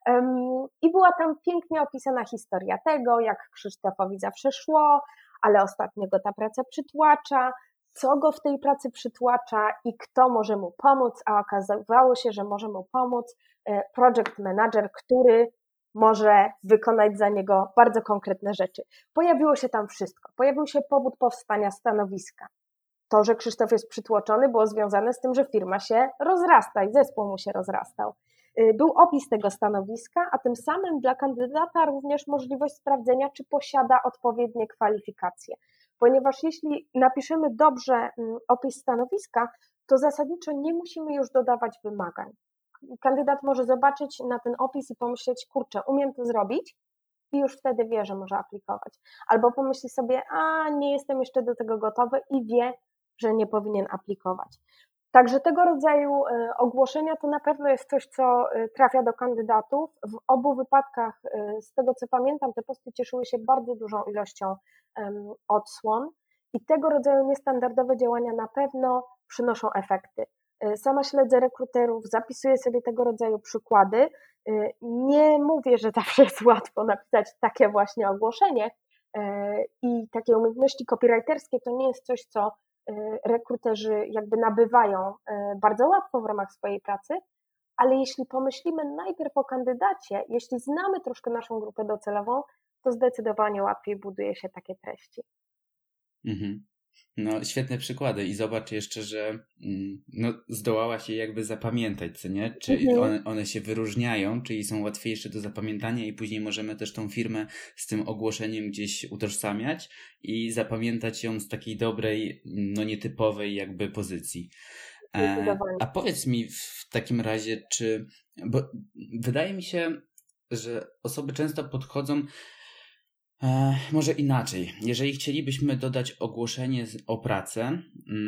I była tam pięknie opisana historia tego, jak Krzysztofowi zawsze szło, ale ostatnio go ta praca przytłacza, co go w tej pracy przytłacza i kto może mu pomóc, a okazało się, że może mu pomóc project manager, który może wykonać za niego bardzo konkretne rzeczy. Pojawiło się tam wszystko. Pojawił się powód powstania stanowiska. To, że Krzysztof jest przytłoczony, było związane z tym, że firma się rozrasta i zespół mu się rozrastał. Był opis tego stanowiska, a tym samym dla kandydata również możliwość sprawdzenia, czy posiada odpowiednie kwalifikacje. Ponieważ jeśli napiszemy dobrze opis stanowiska, to zasadniczo nie musimy już dodawać wymagań. Kandydat może zobaczyć na ten opis i pomyśleć: kurczę, umiem to zrobić, i już wtedy wie, że może aplikować. Albo pomyśli sobie: nie jestem jeszcze do tego gotowy, i wie, że nie powinien aplikować. Także tego rodzaju ogłoszenia to na pewno jest coś, co trafia do kandydatów. W obu wypadkach, z tego co pamiętam, te posty cieszyły się bardzo dużą ilością odsłon i tego rodzaju niestandardowe działania na pewno przynoszą efekty. Sama śledzę rekruterów, zapisuję sobie tego rodzaju przykłady. Nie mówię, że zawsze jest łatwo napisać takie właśnie ogłoszenie i takie umiejętności copywriterskie to nie jest coś, co rekruterzy jakby nabywają bardzo łatwo w ramach swojej pracy, ale jeśli pomyślimy najpierw o kandydacie, jeśli znamy troszkę naszą grupę docelową, to zdecydowanie łatwiej buduje się takie treści. No, świetne przykłady i zobacz jeszcze, że zdołałaś je jakby zapamiętać, co nie? Czy one się wyróżniają, czyli są łatwiejsze do zapamiętania i później możemy też tą firmę z tym ogłoszeniem gdzieś utożsamiać i zapamiętać ją z takiej dobrej, nietypowej jakby pozycji. A powiedz mi w takim razie, bo wydaje mi się, że osoby często podchodzą może inaczej. Jeżeli chcielibyśmy dodać ogłoszenie o pracę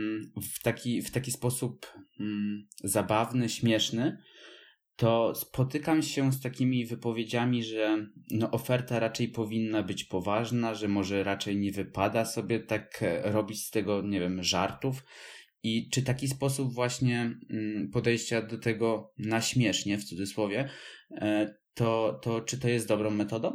w taki sposób zabawny, śmieszny, to spotykam się z takimi wypowiedziami, że oferta raczej powinna być poważna, że może raczej nie wypada sobie tak robić z tego, nie wiem, żartów. I czy taki sposób właśnie podejścia do tego na śmiesznie, w cudzysłowie, to czy to jest dobrą metodą?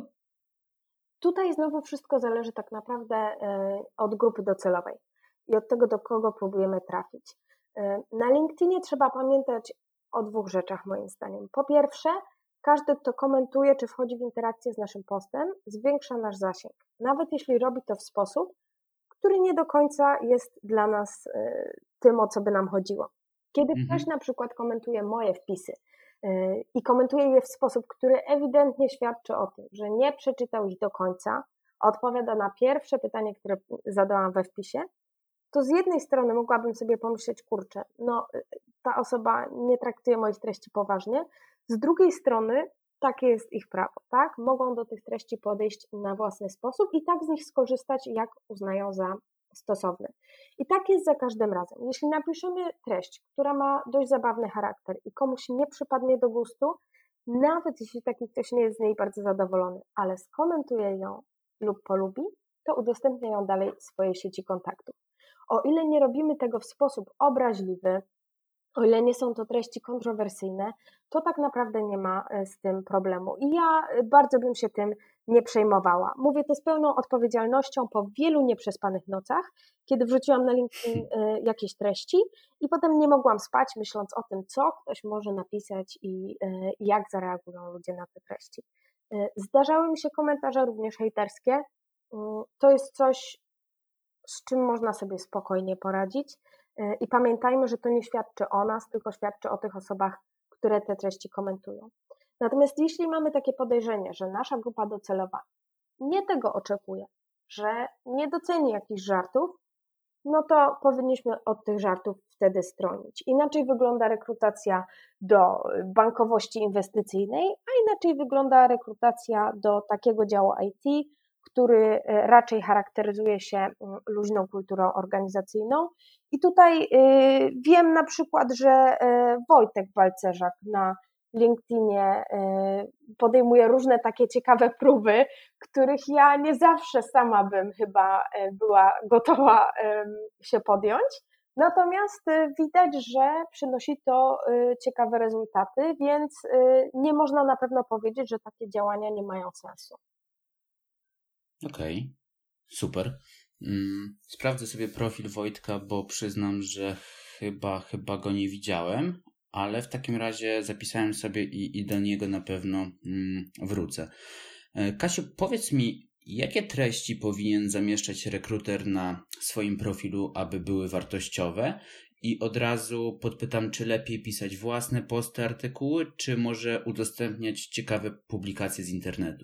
Tutaj znowu wszystko zależy tak naprawdę od grupy docelowej i od tego, do kogo próbujemy trafić. Na LinkedInie trzeba pamiętać o dwóch rzeczach moim zdaniem. Po pierwsze, każdy, kto komentuje czy wchodzi w interakcję z naszym postem, zwiększa nasz zasięg. Nawet jeśli robi to w sposób, który nie do końca jest dla nas tym, o co by nam chodziło. Kiedy ktoś na przykład komentuje moje wpisy i komentuje je w sposób, który ewidentnie świadczy o tym, że nie przeczytał ich do końca, odpowiada na pierwsze pytanie, które zadałam we wpisie, to z jednej strony mogłabym sobie pomyśleć, kurczę, ta osoba nie traktuje moich treści poważnie, z drugiej strony takie jest ich prawo, tak? Mogą do tych treści podejść na własny sposób i tak z nich skorzystać, jak uznają za stosowne. I tak jest za każdym razem. Jeśli napiszemy treść, która ma dość zabawny charakter i komuś nie przypadnie do gustu, nawet jeśli taki ktoś nie jest z niej bardzo zadowolony, ale skomentuje ją lub polubi, to udostępnia ją dalej w swojej sieci kontaktów. O ile nie robimy tego w sposób obraźliwy, o ile nie są to treści kontrowersyjne, to tak naprawdę nie ma z tym problemu. I ja bardzo bym się tym nie przejmowała. Mówię to z pełną odpowiedzialnością po wielu nieprzespanych nocach, kiedy wrzuciłam na LinkedIn jakieś treści i potem nie mogłam spać, myśląc o tym, co ktoś może napisać i jak zareagują ludzie na te treści. Zdarzały mi się komentarze również hejterskie. To jest coś, z czym można sobie spokojnie poradzić. I pamiętajmy, że to nie świadczy o nas, tylko świadczy o tych osobach, które te treści komentują. Natomiast jeśli mamy takie podejrzenie, że nasza grupa docelowa nie tego oczekuje, że nie doceni jakichś żartów, no to powinniśmy od tych żartów wtedy stronić. Inaczej wygląda rekrutacja do bankowości inwestycyjnej, a inaczej wygląda rekrutacja do takiego działu IT, który raczej charakteryzuje się luźną kulturą organizacyjną. I tutaj wiem na przykład, że Wojtek Balcerzak na LinkedInie podejmuje różne takie ciekawe próby, których ja nie zawsze sama bym chyba była gotowa się podjąć. Natomiast widać, że przynosi to ciekawe rezultaty, więc nie można na pewno powiedzieć, że takie działania nie mają sensu. Okej, super. Sprawdzę sobie profil Wojtka, bo przyznam, że chyba go nie widziałem, ale w takim razie zapisałem sobie i do niego na pewno wrócę. Kasiu, powiedz mi, jakie treści powinien zamieszczać rekruter na swoim profilu, aby były wartościowe? I od razu podpytam, czy lepiej pisać własne posty, artykuły, czy może udostępniać ciekawe publikacje z internetu?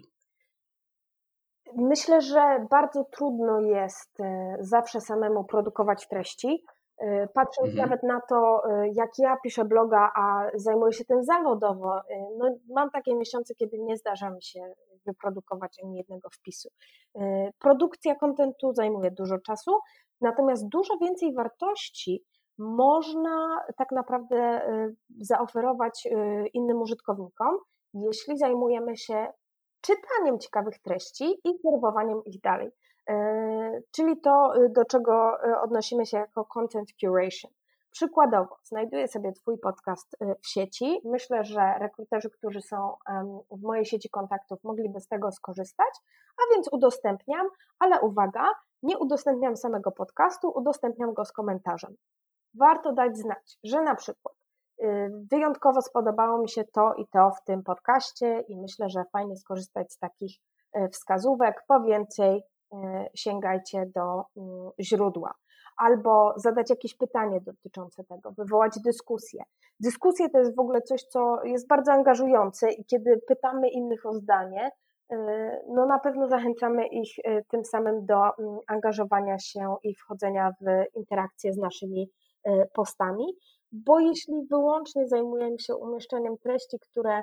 Myślę, że bardzo trudno jest zawsze samemu produkować treści. Patrząc nawet na to, jak ja piszę bloga, a zajmuję się tym zawodowo, mam takie miesiące, kiedy nie zdarza mi się wyprodukować ani jednego wpisu. Produkcja kontentu zajmuje dużo czasu, natomiast dużo więcej wartości można tak naprawdę zaoferować innym użytkownikom, jeśli zajmujemy się czytaniem ciekawych treści i kierowaniem ich dalej. Czyli to, do czego odnosimy się jako content curation. Przykładowo, znajduję sobie Twój podcast w sieci. Myślę, że rekruterzy, którzy są w mojej sieci kontaktów, mogliby z tego skorzystać, a więc udostępniam, ale uwaga, nie udostępniam samego podcastu, udostępniam go z komentarzem. Warto dać znać, że na przykład wyjątkowo spodobało mi się to i to w tym podcaście i myślę, że fajnie skorzystać z takich wskazówek. Po więcej sięgajcie do źródła. albo zadać jakieś pytanie dotyczące tego, wywołać dyskusję. Dyskusje to jest w ogóle coś, co jest bardzo angażujące i kiedy pytamy innych o zdanie, no na pewno zachęcamy ich tym samym do angażowania się i wchodzenia w interakcję z naszymi postami, bo jeśli wyłącznie zajmujemy się umieszczaniem treści, które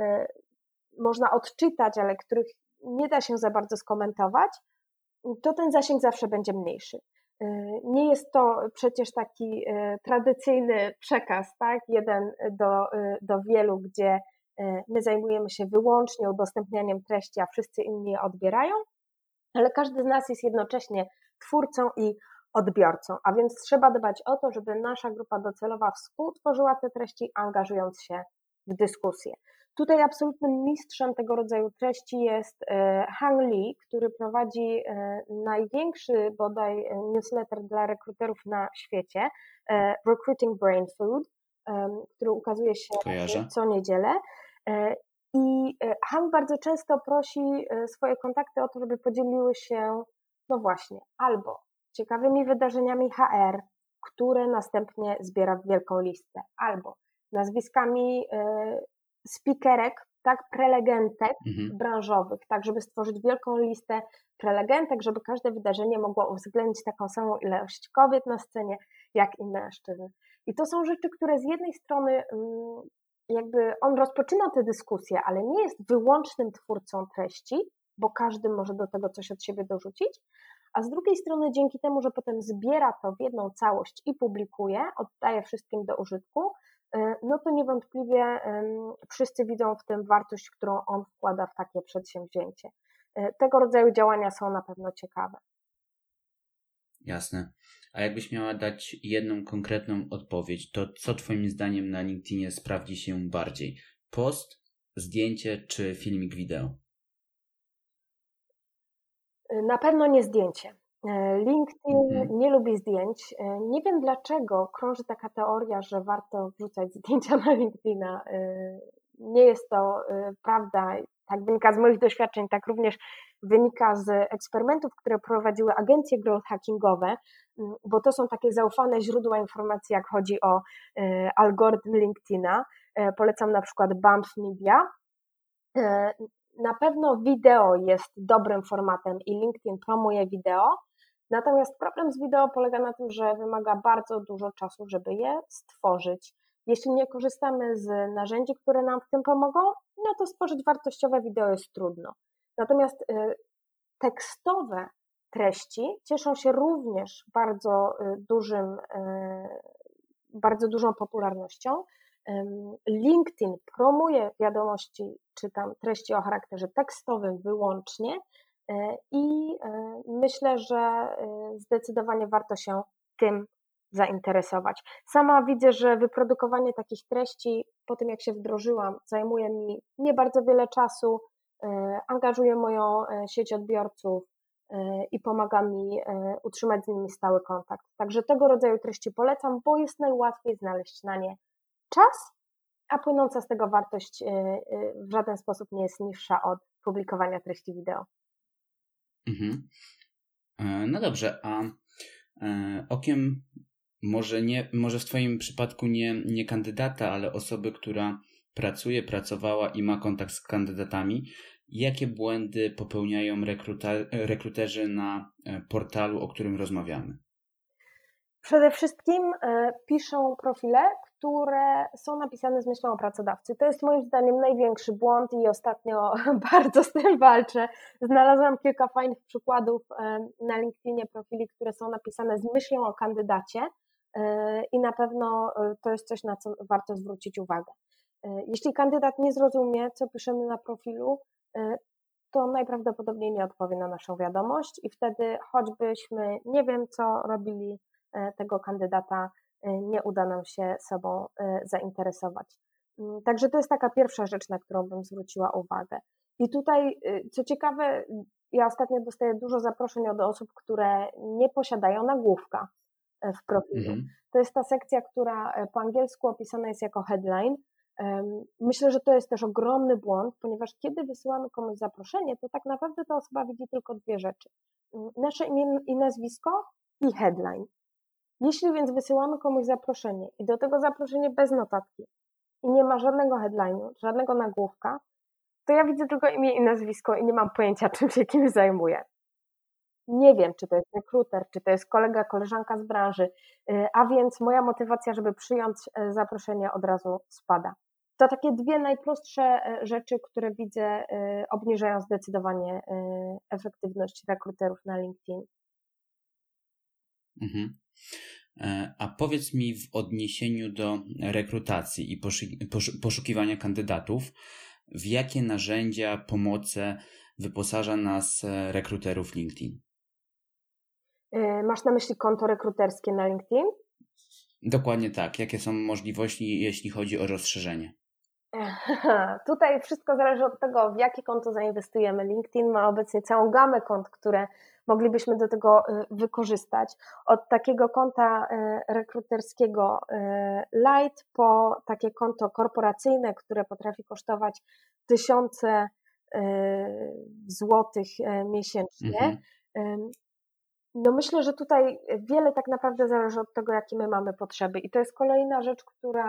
można odczytać, ale których nie da się za bardzo skomentować, to ten zasięg zawsze będzie mniejszy. Nie jest to przecież taki tradycyjny przekaz, tak? Jeden do wielu, gdzie my zajmujemy się wyłącznie udostępnianiem treści, a wszyscy inni je odbierają, ale każdy z nas jest jednocześnie twórcą i odbiorcą, a więc trzeba dbać o to, żeby nasza grupa docelowa współtworzyła te treści, angażując się w dyskusję. Tutaj absolutnym mistrzem tego rodzaju treści jest Hang Lee, który prowadzi największy bodaj newsletter dla rekruterów na świecie, Recruiting Brain Food, który ukazuje się co niedzielę. I Hang bardzo często prosi swoje kontakty o to, żeby podzieliły się, no właśnie, albo ciekawymi wydarzeniami HR, które następnie zbiera w wielką listę, albo nazwiskami speakerek, tak, prelegentek branżowych, tak, żeby stworzyć wielką listę prelegentek, żeby każde wydarzenie mogło uwzględnić taką samą ilość kobiet na scenie, jak i mężczyzn. I to są rzeczy, które z jednej strony jakby on rozpoczyna tę dyskusję, ale nie jest wyłącznym twórcą treści, bo każdy może do tego coś od siebie dorzucić, a z drugiej strony dzięki temu, że potem zbiera to w jedną całość i publikuje, oddaje wszystkim do użytku, no to niewątpliwie wszyscy widzą w tym wartość, którą on wkłada w takie przedsięwzięcie. Tego rodzaju działania są na pewno ciekawe. Jasne. A jakbyś miała dać jedną konkretną odpowiedź, to co twoim zdaniem na LinkedInie sprawdzi się bardziej? Post, zdjęcie czy filmik wideo? Na pewno nie zdjęcie. LinkedIn nie lubi zdjęć. Nie wiem dlaczego krąży taka teoria, że warto wrzucać zdjęcia na LinkedIna. Nie jest to prawda. Tak wynika z moich doświadczeń, tak również wynika z eksperymentów, które prowadziły agencje growth hackingowe, bo to są takie zaufane źródła informacji, jak chodzi o algorytm LinkedIna. Polecam na przykład Bump Media. Na pewno wideo jest dobrym formatem i LinkedIn promuje wideo, natomiast problem z wideo polega na tym, że wymaga bardzo dużo czasu, żeby je stworzyć. Jeśli nie korzystamy z narzędzi, które nam w tym pomogą, no to stworzyć wartościowe wideo jest trudno. Natomiast tekstowe treści cieszą się również bardzo dużą popularnością. LinkedIn promuje wiadomości czy tam treści o charakterze tekstowym wyłącznie i myślę, że zdecydowanie warto się tym zainteresować. Sama widzę, że wyprodukowanie takich treści po tym, jak się wdrożyłam, zajmuje mi nie bardzo wiele czasu, angażuje moją sieć odbiorców i pomaga mi utrzymać z nimi stały kontakt. Także tego rodzaju treści polecam, bo jest najłatwiej znaleźć na nie czas, a płynąca z tego wartość w żaden sposób nie jest niższa od publikowania treści wideo. No dobrze, a okiem może w twoim przypadku nie kandydata, ale osoby, która pracowała i ma kontakt z kandydatami, jakie błędy popełniają rekruterzy na portalu, o którym rozmawiamy? Przede wszystkim piszą profile, które są napisane z myślą o pracodawcy. To jest moim zdaniem największy błąd i ostatnio bardzo z tym walczę. Znalazłam kilka fajnych przykładów na LinkedInie profili, które są napisane z myślą o kandydacie i na pewno to jest coś, na co warto zwrócić uwagę. Jeśli kandydat nie zrozumie, co piszemy na profilu, to najprawdopodobniej nie odpowie na naszą wiadomość i wtedy choćbyśmy nie wiem, co robili, tego kandydata, nie uda nam się sobą zainteresować. Także to jest taka pierwsza rzecz, na którą bym zwróciła uwagę. I tutaj, co ciekawe, ja ostatnio dostaję dużo zaproszeń od osób, które nie posiadają nagłówka w profilu. To jest ta sekcja, która po angielsku opisana jest jako headline. Myślę, że to jest też ogromny błąd, ponieważ kiedy wysyłamy komuś zaproszenie, to tak naprawdę ta osoba widzi tylko dwie rzeczy. Nasze imię i nazwisko i headline. Jeśli więc wysyłamy komuś zaproszenie i do tego zaproszenie bez notatki i nie ma żadnego headline'u, żadnego nagłówka, to ja widzę tylko imię i nazwisko i nie mam pojęcia, czym się kimś zajmuje. Nie wiem, czy to jest rekruter, czy to jest kolega, koleżanka z branży, a więc moja motywacja, żeby przyjąć zaproszenie, od razu spada. To takie dwie najprostsze rzeczy, które widzę, obniżają zdecydowanie efektywność rekruterów na LinkedIn. Mhm. A powiedz mi w odniesieniu do rekrutacji i poszukiwania kandydatów, w jakie narzędzia, pomoce wyposaża nas rekruterów LinkedIn? Masz na myśli konto rekruterskie na LinkedIn? Dokładnie tak. Jakie są możliwości, jeśli chodzi o rozszerzenie? Tutaj wszystko zależy od tego, w jakie konto zainwestujemy. LinkedIn ma obecnie całą gamę kont, które moglibyśmy do tego wykorzystać. Od takiego konta rekruterskiego light po takie konto korporacyjne, które potrafi kosztować tysiące złotych miesięcznie. No myślę, że tutaj wiele tak naprawdę zależy od tego, jakie my mamy potrzeby i to jest kolejna rzecz,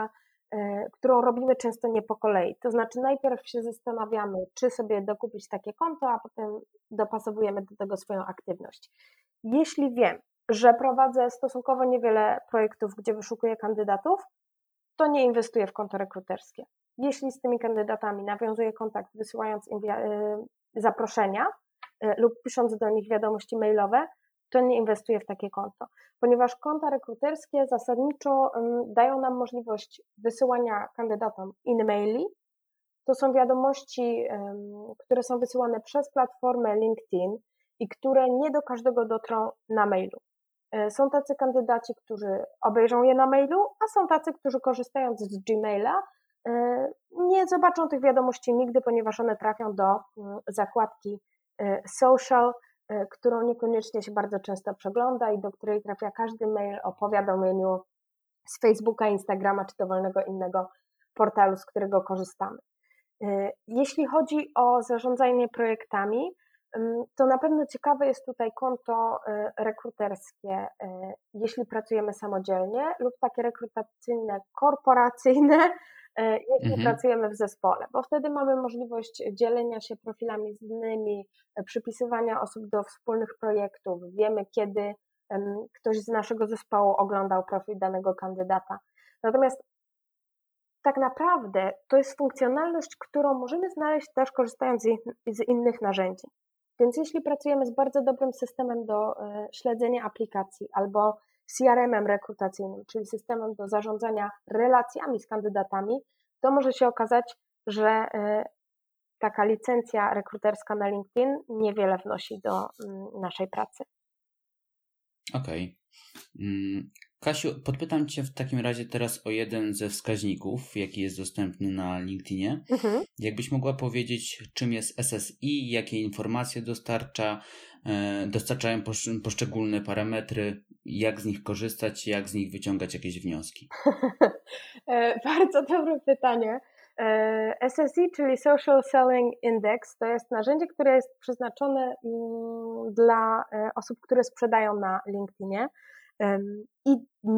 którą robimy często nie po kolei. To znaczy najpierw się zastanawiamy, czy sobie dokupić takie konto, a potem dopasowujemy do tego swoją aktywność. Jeśli wiem, że prowadzę stosunkowo niewiele projektów, gdzie wyszukuję kandydatów, to nie inwestuję w konto rekruterskie. Jeśli z tymi kandydatami nawiązuję kontakt, wysyłając im zaproszenia lub pisząc do nich wiadomości mailowe, to nie inwestuję w takie konto, ponieważ konta rekruterskie zasadniczo dają nam możliwość wysyłania kandydatom in-maili. To są wiadomości, które są wysyłane przez platformę LinkedIn i które nie do każdego dotrą na mailu. Są tacy kandydaci, którzy obejrzą je na mailu, a są tacy, którzy korzystając z Gmaila nie zobaczą tych wiadomości nigdy, ponieważ one trafią do zakładki social, którą niekoniecznie się bardzo często przegląda i do której trafia każdy mail o powiadomieniu z Facebooka, Instagrama czy dowolnego innego portalu, z którego korzystamy. Jeśli chodzi o zarządzanie projektami, to na pewno ciekawe jest tutaj konto rekruterskie, jeśli pracujemy samodzielnie, lub takie rekrutacyjne, korporacyjne, jeśli pracujemy w zespole, bo wtedy mamy możliwość dzielenia się profilami z innymi, przypisywania osób do wspólnych projektów, wiemy, kiedy ktoś z naszego zespołu oglądał profil danego kandydata. Natomiast tak naprawdę to jest funkcjonalność, którą możemy znaleźć też korzystając z innych narzędzi. Więc jeśli pracujemy z bardzo dobrym systemem do śledzenia aplikacji albo CRM-em rekrutacyjnym, czyli systemem do zarządzania relacjami z kandydatami, to może się okazać, że taka licencja rekruterska na LinkedIn niewiele wnosi do naszej pracy. Okej. Kasiu, podpytam Cię w takim razie teraz o jeden ze wskaźników, jaki jest dostępny na LinkedInie. Jakbyś mogła powiedzieć, czym jest SSI, jakie informacje dostarczają poszczególne parametry, jak z nich korzystać, jak z nich wyciągać jakieś wnioski? Bardzo dobre pytanie. SSI, czyli Social Selling Index, to jest narzędzie, które jest przeznaczone dla osób, które sprzedają na LinkedInie i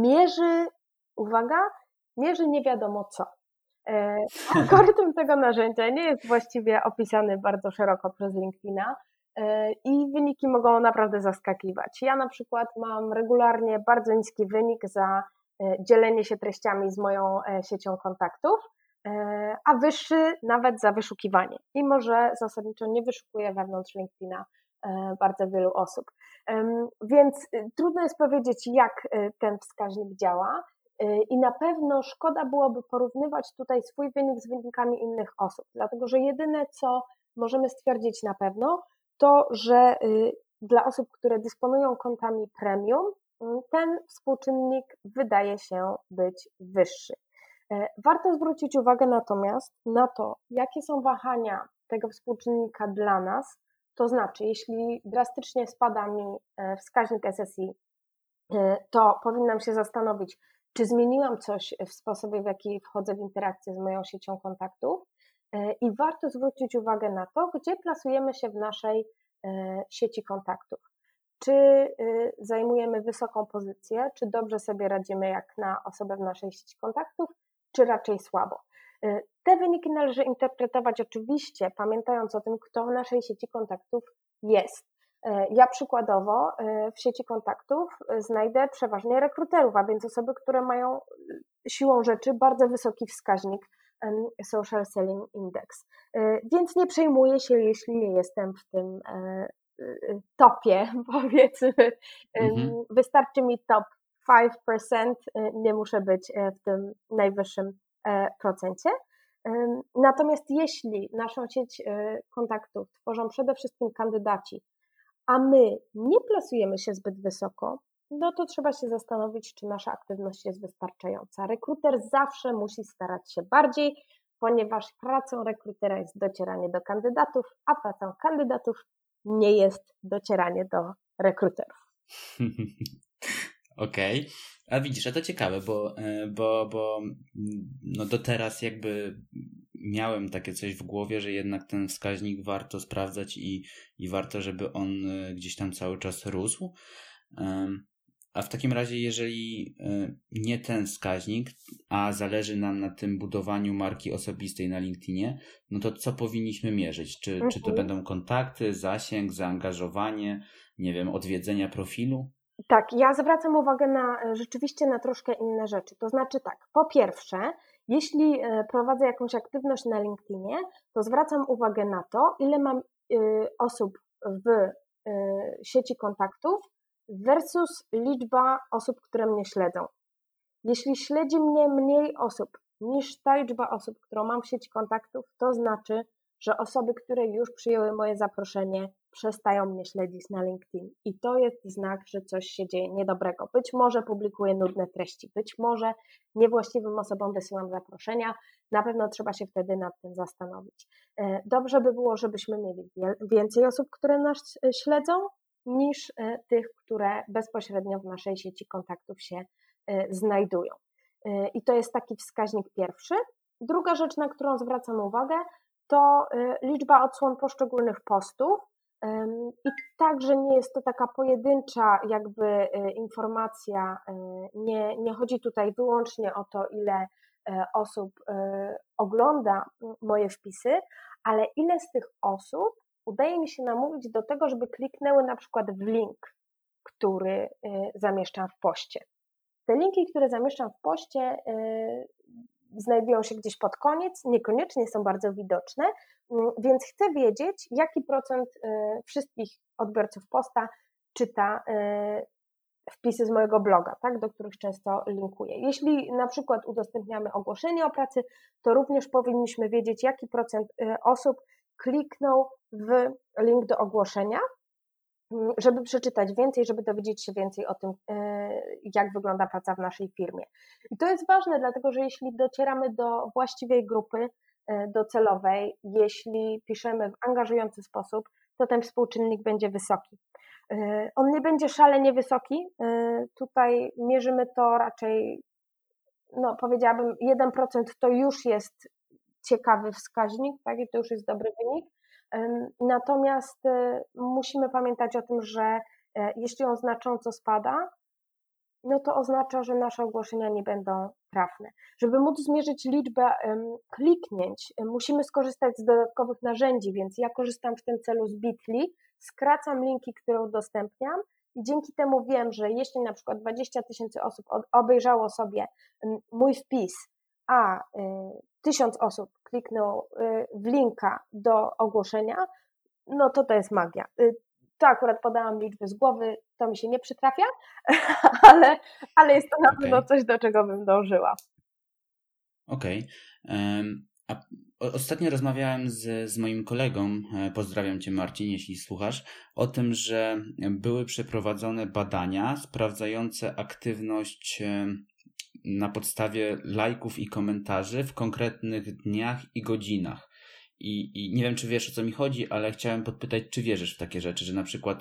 mierzy nie wiadomo co. Algorytm tego narzędzia nie jest właściwie opisany bardzo szeroko przez LinkedIna i wyniki mogą naprawdę zaskakiwać. Ja na przykład mam regularnie bardzo niski wynik za dzielenie się treściami z moją siecią kontaktów, a wyższy nawet za wyszukiwanie, mimo że zasadniczo nie wyszukuję wewnątrz LinkedIna bardzo wielu osób. Więc trudno jest powiedzieć, jak ten wskaźnik działa i na pewno szkoda byłoby porównywać tutaj swój wynik z wynikami innych osób, dlatego że jedyne, co możemy stwierdzić na pewno, to, że dla osób, które dysponują kontami premium, ten współczynnik wydaje się być wyższy. Warto zwrócić uwagę natomiast na to, jakie są wahania tego współczynnika dla nas, to znaczy, jeśli drastycznie spada mi wskaźnik SSI, to powinnam się zastanowić, czy zmieniłam coś w sposobie, w jaki wchodzę w interakcję z moją siecią kontaktów i warto zwrócić uwagę na to, gdzie plasujemy się w naszej sieci kontaktów. czy zajmujemy wysoką pozycję, czy dobrze sobie radzimy jak na osobę w naszej sieci kontaktów, czy raczej słabo. Te wyniki należy interpretować oczywiście, pamiętając o tym, kto w naszej sieci kontaktów jest. Ja przykładowo w sieci kontaktów znajdę przeważnie rekruterów, a więc osoby, które mają siłą rzeczy bardzo wysoki wskaźnik Social Selling Index. Więc nie przejmuję się, jeśli nie jestem w tym topie, powiedzmy. Wystarczy mi top 5%, nie muszę być w tym najwyższym procencie. Natomiast jeśli naszą sieć kontaktów tworzą przede wszystkim kandydaci, a my nie plasujemy się zbyt wysoko, no to trzeba się zastanowić, czy nasza aktywność jest wystarczająca. Rekruter zawsze musi starać się bardziej, ponieważ pracą rekrutera jest docieranie do kandydatów, a pracą kandydatów nie jest docieranie do rekruterów. Okej. A widzisz, a to ciekawe, bo no do teraz jakby miałem takie coś w głowie, że jednak ten wskaźnik warto sprawdzać i warto, żeby on gdzieś tam cały czas rósł. A w takim razie, jeżeli nie ten wskaźnik, a zależy nam na tym budowaniu marki osobistej na LinkedInie, no to co powinniśmy mierzyć? Czy to będą kontakty, zasięg, zaangażowanie, nie wiem, odwiedzenia profilu? Tak, ja zwracam uwagę rzeczywiście na troszkę inne rzeczy. To znaczy tak, po pierwsze, jeśli prowadzę jakąś aktywność na LinkedInie, to zwracam uwagę na to, ile mam osób w sieci kontaktów versus liczba osób, które mnie śledzą. Jeśli śledzi mnie mniej osób niż ta liczba osób, którą mam w sieci kontaktów, to znaczy, że osoby, które już przyjęły moje zaproszenie, przestają mnie śledzić na LinkedIn. I to jest znak, że coś się dzieje niedobrego. Być może publikuję nudne treści, być może niewłaściwym osobom wysyłam zaproszenia. Na pewno trzeba się wtedy nad tym zastanowić. Dobrze by było, żebyśmy mieli więcej osób, które nas śledzą, niż tych, które bezpośrednio w naszej sieci kontaktów się znajdują. I to jest taki wskaźnik pierwszy. Druga rzecz, na którą zwracam uwagę, to liczba odsłon poszczególnych postów i także nie jest to taka pojedyncza jakby informacja, nie chodzi tutaj wyłącznie o to, ile osób ogląda moje wpisy, ale ile z tych osób udaje mi się namówić do tego, żeby kliknęły na przykład w link, który zamieszczam w poście. Te linki, które zamieszczam w poście, znajdują się gdzieś pod koniec, niekoniecznie są bardzo widoczne, więc chcę wiedzieć, jaki procent wszystkich odbiorców posta czyta wpisy z mojego bloga, tak, do których często linkuję. Jeśli na przykład udostępniamy ogłoszenie o pracy, to również powinniśmy wiedzieć, jaki procent osób kliknął w link do ogłoszenia, żeby przeczytać więcej, żeby dowiedzieć się więcej o tym, jak wygląda praca w naszej firmie. I to jest ważne, dlatego że jeśli docieramy do właściwej grupy docelowej, jeśli piszemy w angażujący sposób, to ten współczynnik będzie wysoki. On nie będzie szalenie wysoki, tutaj mierzymy to raczej, no powiedziałabym 1% to już jest ciekawy wskaźnik, tak, i to już jest dobry wynik. Natomiast musimy pamiętać o tym, że jeśli on znacząco spada, no to oznacza, że nasze ogłoszenia nie będą trafne. Żeby móc zmierzyć liczbę kliknięć, musimy skorzystać z dodatkowych narzędzi, więc ja korzystam w tym celu z Bitly, skracam linki, które udostępniam i dzięki temu wiem, że jeśli na przykład 20 000 osób obejrzało sobie mój wpis, a 1000 osób kliknął w linka do ogłoszenia, no to jest magia. To akurat podałam liczby z głowy, to mi się nie przytrafia, ale jest to na pewno coś, do czego bym dążyła. Okej. A ostatnio rozmawiałem z moim kolegą, pozdrawiam Cię Marcin, jeśli słuchasz, o tym, że były przeprowadzone badania sprawdzające aktywność na podstawie lajków i komentarzy w konkretnych dniach i godzinach. I nie wiem, czy wiesz, o co mi chodzi, ale chciałem podpytać, czy wierzysz w takie rzeczy, że na przykład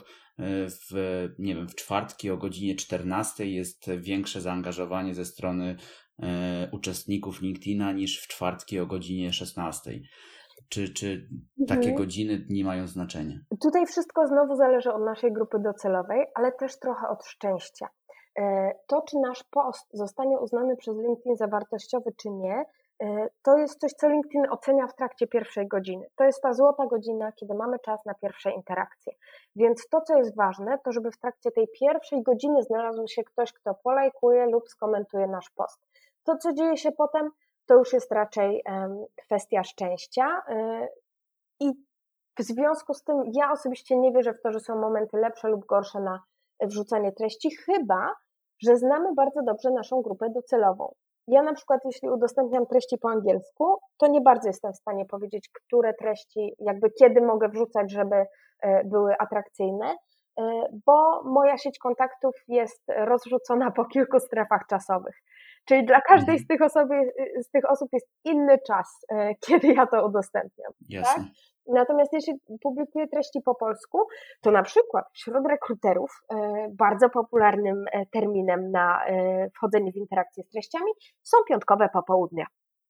w czwartki o godzinie 14 jest większe zaangażowanie ze strony uczestników LinkedIna niż w czwartki o godzinie 16. Czy takie godziny, dni mają znaczenie? Tutaj wszystko znowu zależy od naszej grupy docelowej, ale też trochę od szczęścia. To, czy nasz post zostanie uznany przez LinkedIn za wartościowy, czy nie, to jest coś, co LinkedIn ocenia w trakcie pierwszej godziny. To jest ta złota godzina, kiedy mamy czas na pierwsze interakcje. Więc to, co jest ważne, to żeby w trakcie tej pierwszej godziny znalazł się ktoś, kto polajkuje lub skomentuje nasz post. To, co dzieje się potem, to już jest raczej kwestia szczęścia i w związku z tym ja osobiście nie wierzę w to, że są momenty lepsze lub gorsze na wrzucanie treści, chyba że znamy bardzo dobrze naszą grupę docelową. Ja na przykład, jeśli udostępniam treści po angielsku, to nie bardzo jestem w stanie powiedzieć, które treści, jakby kiedy mogę wrzucać, żeby były atrakcyjne, bo moja sieć kontaktów jest rozrzucona po kilku strefach czasowych. Czyli dla każdej z tych osób jest inny czas, kiedy ja to udostępniam. Jasne. Tak? Natomiast jeśli publikuję treści po polsku, to na przykład wśród rekruterów bardzo popularnym terminem na wchodzenie w interakcję z treściami są piątkowe popołudnia.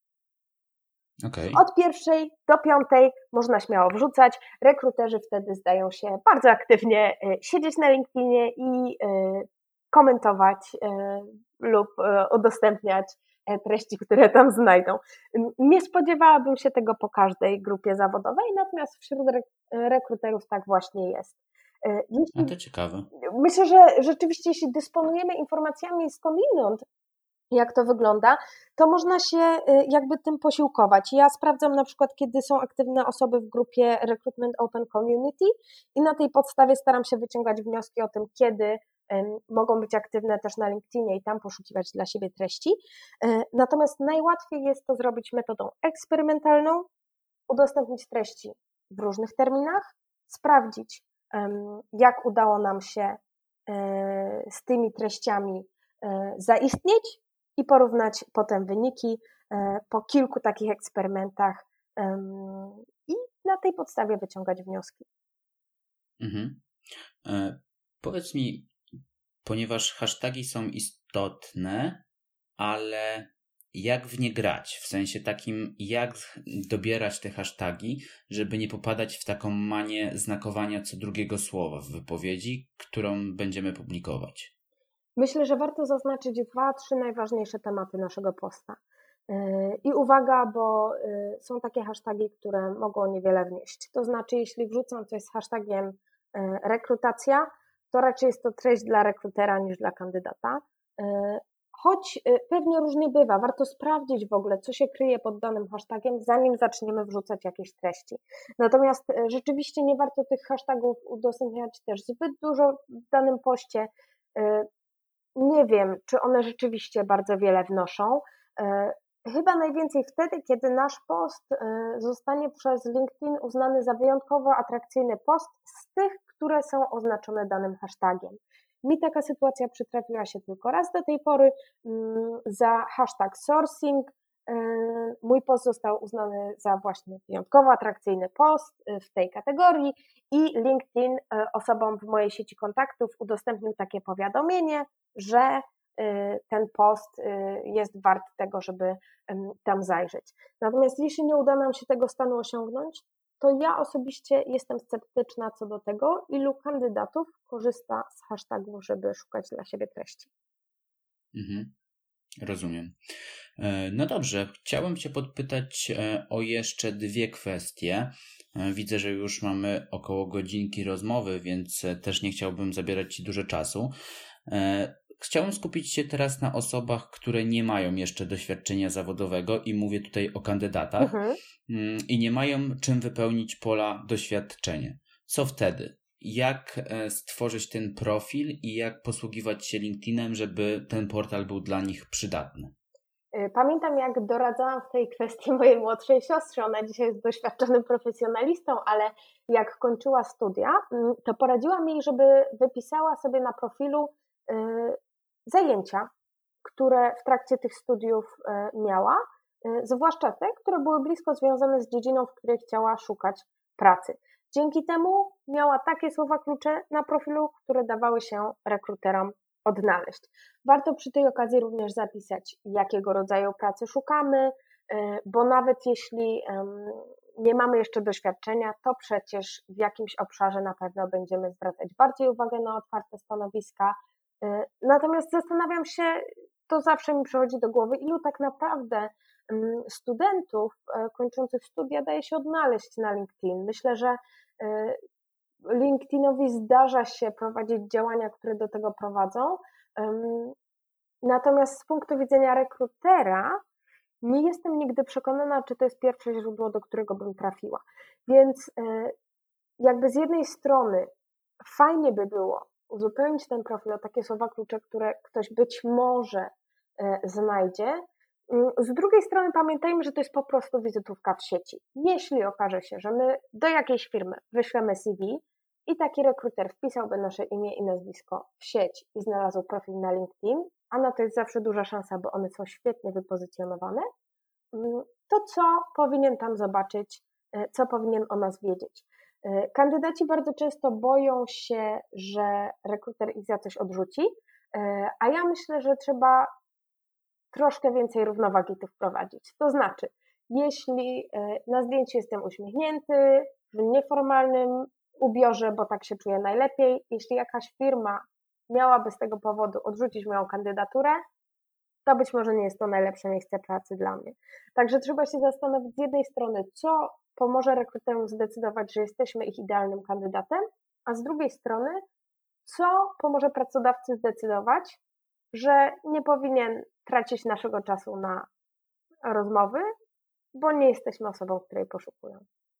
Okay. Od 1 do 5 można śmiało wrzucać. Rekruterzy wtedy zdają się bardzo aktywnie siedzieć na LinkedInie i komentować lub udostępniać treści, które tam znajdą. Nie spodziewałabym się tego po każdej grupie zawodowej, natomiast wśród rekruterów tak właśnie jest. A to ciekawe. Myślę, że rzeczywiście jeśli dysponujemy informacjami skądinąd, jak to wygląda, to można się jakby tym posiłkować. Ja sprawdzam na przykład, kiedy są aktywne osoby w grupie Recruitment Open Community i na tej podstawie staram się wyciągać wnioski o tym, kiedy mogą być aktywne też na LinkedInie i tam poszukiwać dla siebie treści. Natomiast najłatwiej jest to zrobić metodą eksperymentalną, udostępnić treści w różnych terminach, sprawdzić, jak udało nam się z tymi treściami zaistnieć i porównać potem wyniki po kilku takich eksperymentach i na tej podstawie wyciągać wnioski. Mhm. Powiedz mi, ponieważ hasztagi są istotne, ale jak w nie grać? W sensie takim, jak dobierać te hasztagi, żeby nie popadać w taką manię znakowania co drugiego słowa w wypowiedzi, którą będziemy publikować? Myślę, że warto zaznaczyć 2-3 najważniejsze tematy naszego posta. I uwaga, bo są takie hasztagi, które mogą niewiele wnieść. To znaczy, jeśli wrzucam coś z hashtagiem rekrutacja, to raczej jest to treść dla rekrutera niż dla kandydata. Choć pewnie różnie bywa, warto sprawdzić w ogóle, co się kryje pod danym hashtagiem, zanim zaczniemy wrzucać jakieś treści. Natomiast rzeczywiście nie warto tych hashtagów udostępniać też zbyt dużo w danym poście. Nie wiem, czy one rzeczywiście bardzo wiele wnoszą. Chyba najwięcej wtedy, kiedy nasz post zostanie przez LinkedIn uznany za wyjątkowo atrakcyjny post z tych, które są oznaczone danym hashtagiem. Mi taka sytuacja przytrafiła się tylko raz do tej pory. Za hashtag sourcing mój post został uznany za właśnie wyjątkowo atrakcyjny post w tej kategorii i LinkedIn osobom w mojej sieci kontaktów udostępnił takie powiadomienie, że ten post jest wart tego, żeby tam zajrzeć. Natomiast jeśli nie uda nam się tego stanu osiągnąć, to ja osobiście jestem sceptyczna co do tego, ilu kandydatów korzysta z hashtagów, żeby szukać dla siebie treści. Rozumiem. No dobrze, chciałem Cię podpytać o jeszcze 2 kwestie. Widzę, że już mamy około godzinki rozmowy, więc też nie chciałbym zabierać Ci dużo czasu. Chciałem skupić się teraz na osobach, które nie mają jeszcze doświadczenia zawodowego i mówię tutaj o kandydatach i nie mają czym wypełnić pola doświadczenia. Co wtedy? Jak stworzyć ten profil i jak posługiwać się LinkedInem, żeby ten portal był dla nich przydatny? Pamiętam, jak doradzałam w tej kwestii mojej młodszej siostrze, ona dzisiaj jest doświadczonym profesjonalistą, ale jak kończyła studia, to poradziłam jej, żeby wypisała sobie na profilu zajęcia, które w trakcie tych studiów miała, zwłaszcza te, które były blisko związane z dziedziną, w której chciała szukać pracy. Dzięki temu miała takie słowa klucze na profilu, które dawały się rekruterom odnaleźć. Warto przy tej okazji również zapisać, jakiego rodzaju pracy szukamy, bo nawet jeśli nie mamy jeszcze doświadczenia, to przecież w jakimś obszarze na pewno będziemy zwracać bardziej uwagę na otwarte stanowiska. Natomiast zastanawiam się, to zawsze mi przychodzi do głowy, ilu tak naprawdę studentów kończących studia daje się odnaleźć na LinkedIn. Myślę, że LinkedInowi zdarza się prowadzić działania, które do tego prowadzą. Natomiast z punktu widzenia rekrutera nie jestem nigdy przekonana, czy to jest pierwsze źródło, do którego bym trafiła. Więc jakby z jednej strony fajnie by było uzupełnić ten profil o takie słowa klucze, które ktoś być może znajdzie. Z drugiej strony pamiętajmy, że to jest po prostu wizytówka w sieci. Jeśli okaże się, że my do jakiejś firmy wyślemy CV i taki rekruter wpisałby nasze imię i nazwisko w sieć i znalazł profil na LinkedIn, a na to jest zawsze duża szansa, bo one są świetnie wypozycjonowane, to co powinien tam zobaczyć, co powinien o nas wiedzieć. Kandydaci bardzo często boją się, że rekruter ich za coś odrzuci, a ja myślę, że trzeba troszkę więcej równowagi tu wprowadzić. To znaczy, jeśli na zdjęciu jestem uśmiechnięty, w nieformalnym ubiorze, bo tak się czuję najlepiej, jeśli jakaś firma miałaby z tego powodu odrzucić moją kandydaturę, to być może nie jest to najlepsze miejsce pracy dla mnie. Także trzeba się zastanowić z jednej strony, co pomoże rekruterom zdecydować, że jesteśmy ich idealnym kandydatem, a z drugiej strony, co pomoże pracodawcy zdecydować, że nie powinien tracić naszego czasu na rozmowy, bo nie jesteśmy osobą, której poszukują.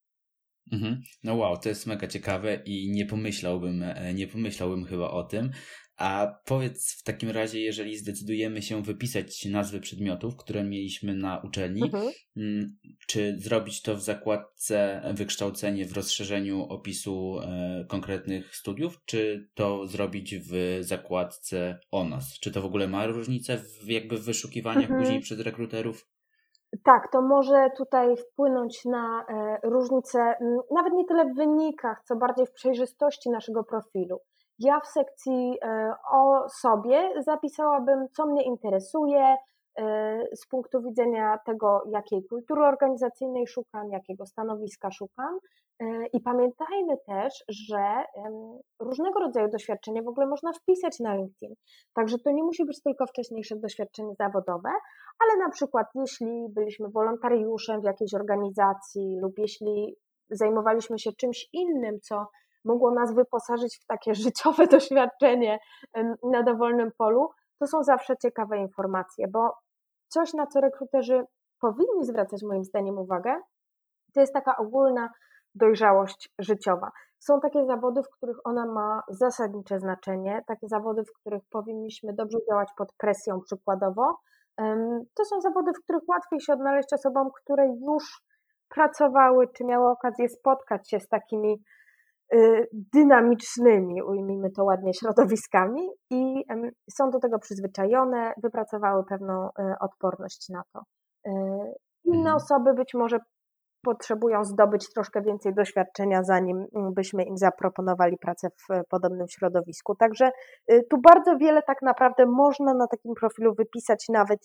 No wow, to jest mega ciekawe i nie pomyślałbym chyba o tym. A powiedz w takim razie, jeżeli zdecydujemy się wypisać nazwy przedmiotów, które mieliśmy na uczelni, czy zrobić to w zakładce wykształcenie w rozszerzeniu opisu konkretnych studiów, czy to zrobić w zakładce o nas? Czy to w ogóle ma różnicę w wyszukiwaniach później przez rekruterów? Tak, to może tutaj wpłynąć na różnice, nawet nie tyle w wynikach, co bardziej w przejrzystości naszego profilu. Ja w sekcji o sobie zapisałabym, co mnie interesuje z punktu widzenia tego, jakiej kultury organizacyjnej szukam, jakiego stanowiska szukam. I pamiętajmy też, że różnego rodzaju doświadczenie w ogóle można wpisać na LinkedIn. Także to nie musi być tylko wcześniejsze doświadczenie zawodowe, ale na przykład jeśli byliśmy wolontariuszem w jakiejś organizacji lub jeśli zajmowaliśmy się czymś innym, co mogło nas wyposażyć w takie życiowe doświadczenie na dowolnym polu, to są zawsze ciekawe informacje, bo coś, na co rekruterzy powinni zwracać moim zdaniem uwagę, to jest taka ogólna dojrzałość życiowa. Są takie zawody, w których ona ma zasadnicze znaczenie, takie zawody, w których powinniśmy dobrze działać pod presją przykładowo. To są zawody, w których łatwiej się odnaleźć osobom, które już pracowały, czy miały okazję spotkać się z takimi dynamicznymi, ujmijmy to ładnie, środowiskami i są do tego przyzwyczajone, wypracowały pewną odporność na to. Inne osoby być może potrzebują zdobyć troszkę więcej doświadczenia, zanim byśmy im zaproponowali pracę w podobnym środowisku. Także tu bardzo wiele tak naprawdę można na takim profilu wypisać, nawet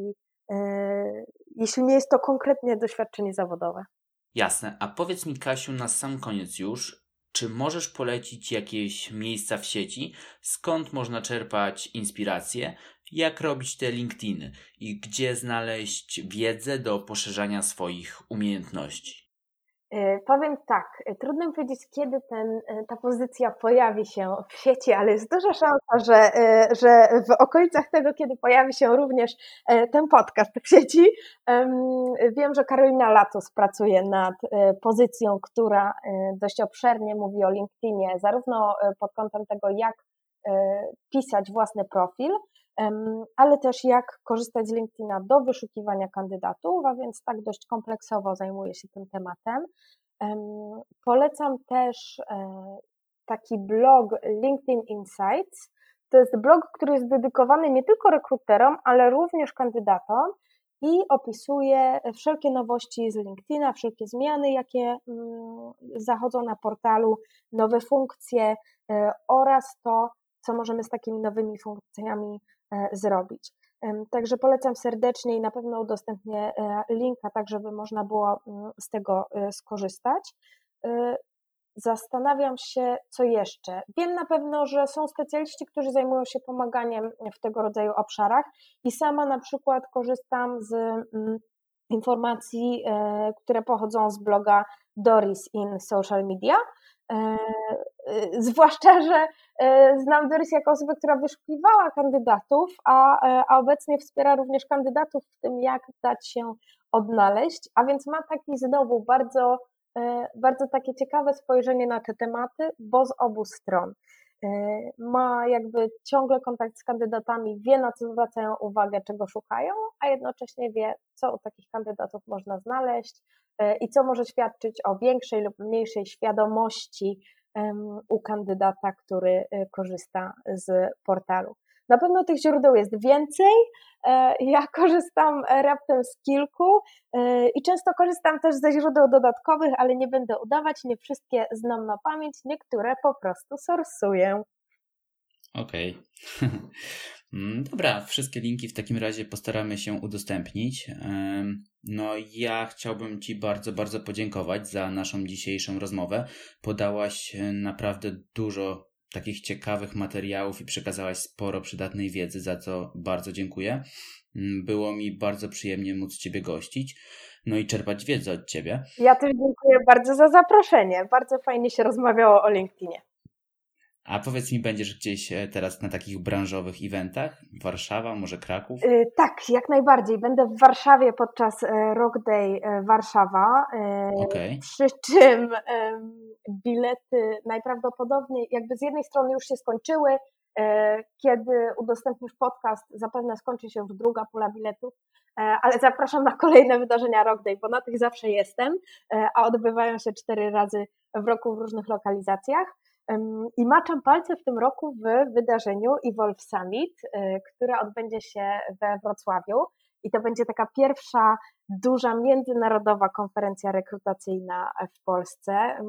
jeśli nie jest to konkretnie doświadczenie zawodowe. Jasne. A powiedz mi, Kasiu, na sam koniec już, czy możesz polecić jakieś miejsca w sieci, skąd można czerpać inspirację, jak robić te LinkedIny i gdzie znaleźć wiedzę do poszerzania swoich umiejętności? Powiem tak, trudno mi powiedzieć, kiedy ta pozycja pojawi się w sieci, ale jest duża szansa, że w okolicach tego, kiedy pojawi się również ten podcast w sieci. Wiem, że Karolina Latus pracuje nad pozycją, która dość obszernie mówi o LinkedInie, zarówno pod kątem tego, jak pisać własny profil, ale też jak korzystać z LinkedIna do wyszukiwania kandydatów, a więc tak dość kompleksowo zajmuję się tym tematem. Polecam też taki blog LinkedIn Insights. To jest blog, który jest dedykowany nie tylko rekruterom, ale również kandydatom i opisuje wszelkie nowości z LinkedIna, wszelkie zmiany, jakie zachodzą na portalu, nowe funkcje oraz to, co możemy z takimi nowymi funkcjami zrobić. Także polecam serdecznie i na pewno udostępnię linka, tak żeby można było z tego skorzystać. Zastanawiam się, co jeszcze. Wiem na pewno, że są specjaliści, którzy zajmują się pomaganiem w tego rodzaju obszarach i sama na przykład korzystam z informacji, które pochodzą z bloga Doris in Social Media. Zwłaszcza, że znam Doris jako osobę, która wyszukiwała kandydatów, a obecnie wspiera również kandydatów w tym, jak dać się odnaleźć, a więc ma taki znowu bardzo takie ciekawe spojrzenie na te tematy, bo z obu stron. Ma jakby ciągle kontakt z kandydatami, wie na co zwracają uwagę, czego szukają, a jednocześnie wie, co u takich kandydatów można znaleźć i co może świadczyć o większej lub mniejszej świadomości u kandydata, który korzysta z portalu. Na pewno tych źródeł jest więcej, ja korzystam raptem z kilku i często korzystam też ze źródeł dodatkowych, ale nie będę udawać, nie wszystkie znam na pamięć, niektóre po prostu sorsuję. Okej. Dobra, wszystkie linki w takim razie postaramy się udostępnić. No ja chciałbym Ci bardzo, bardzo podziękować za naszą dzisiejszą rozmowę. Podałaś naprawdę dużo takich ciekawych materiałów i przekazałaś sporo przydatnej wiedzy, za co bardzo dziękuję. Było mi bardzo przyjemnie móc Ciebie gościć, no i czerpać wiedzę od Ciebie. Ja też dziękuję bardzo za zaproszenie. Bardzo fajnie się rozmawiało o LinkedInie. A powiedz mi, będziesz gdzieś teraz na takich branżowych eventach? Warszawa, może Kraków? Tak, jak najbardziej. Będę w Warszawie podczas Rock Day Warszawa, przy czym bilety najprawdopodobniej jakby z jednej strony już się skończyły, kiedy udostępnisz podcast, zapewne skończy się już druga pula biletów, ale zapraszam na kolejne wydarzenia Rock Day, bo na tych zawsze jestem, a odbywają się 4 razy w roku w różnych lokalizacjach. I maczam palce w tym roku w wydarzeniu Evolve Summit, które odbędzie się we Wrocławiu i to będzie taka pierwsza duża międzynarodowa konferencja rekrutacyjna w Polsce.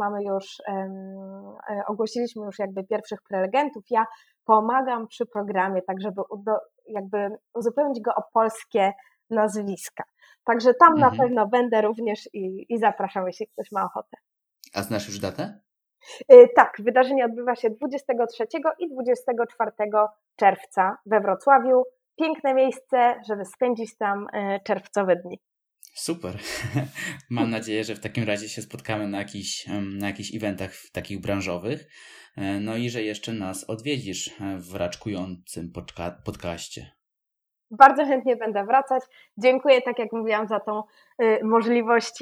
Ogłosiliśmy już jakby pierwszych prelegentów. Ja pomagam przy programie, tak żeby jakby uzupełnić go o polskie nazwiska. Także tam na pewno będę również i zapraszam, jeśli ktoś ma ochotę. A znasz już datę? Tak, wydarzenie odbywa się 23 i 24 czerwca we Wrocławiu. Piękne miejsce, żeby spędzić tam czerwcowe dni. Super. Mam nadzieję, że w takim razie się spotkamy na jakichś eventach takich branżowych. No i że jeszcze nas odwiedzisz w raczkującym podcaście. Bardzo chętnie będę wracać. Dziękuję, tak jak mówiłam, za tą możliwość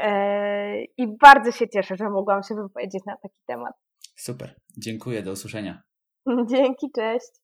i bardzo się cieszę, że mogłam się wypowiedzieć na taki temat. Super. Dziękuję. Do usłyszenia. Dzięki, cześć.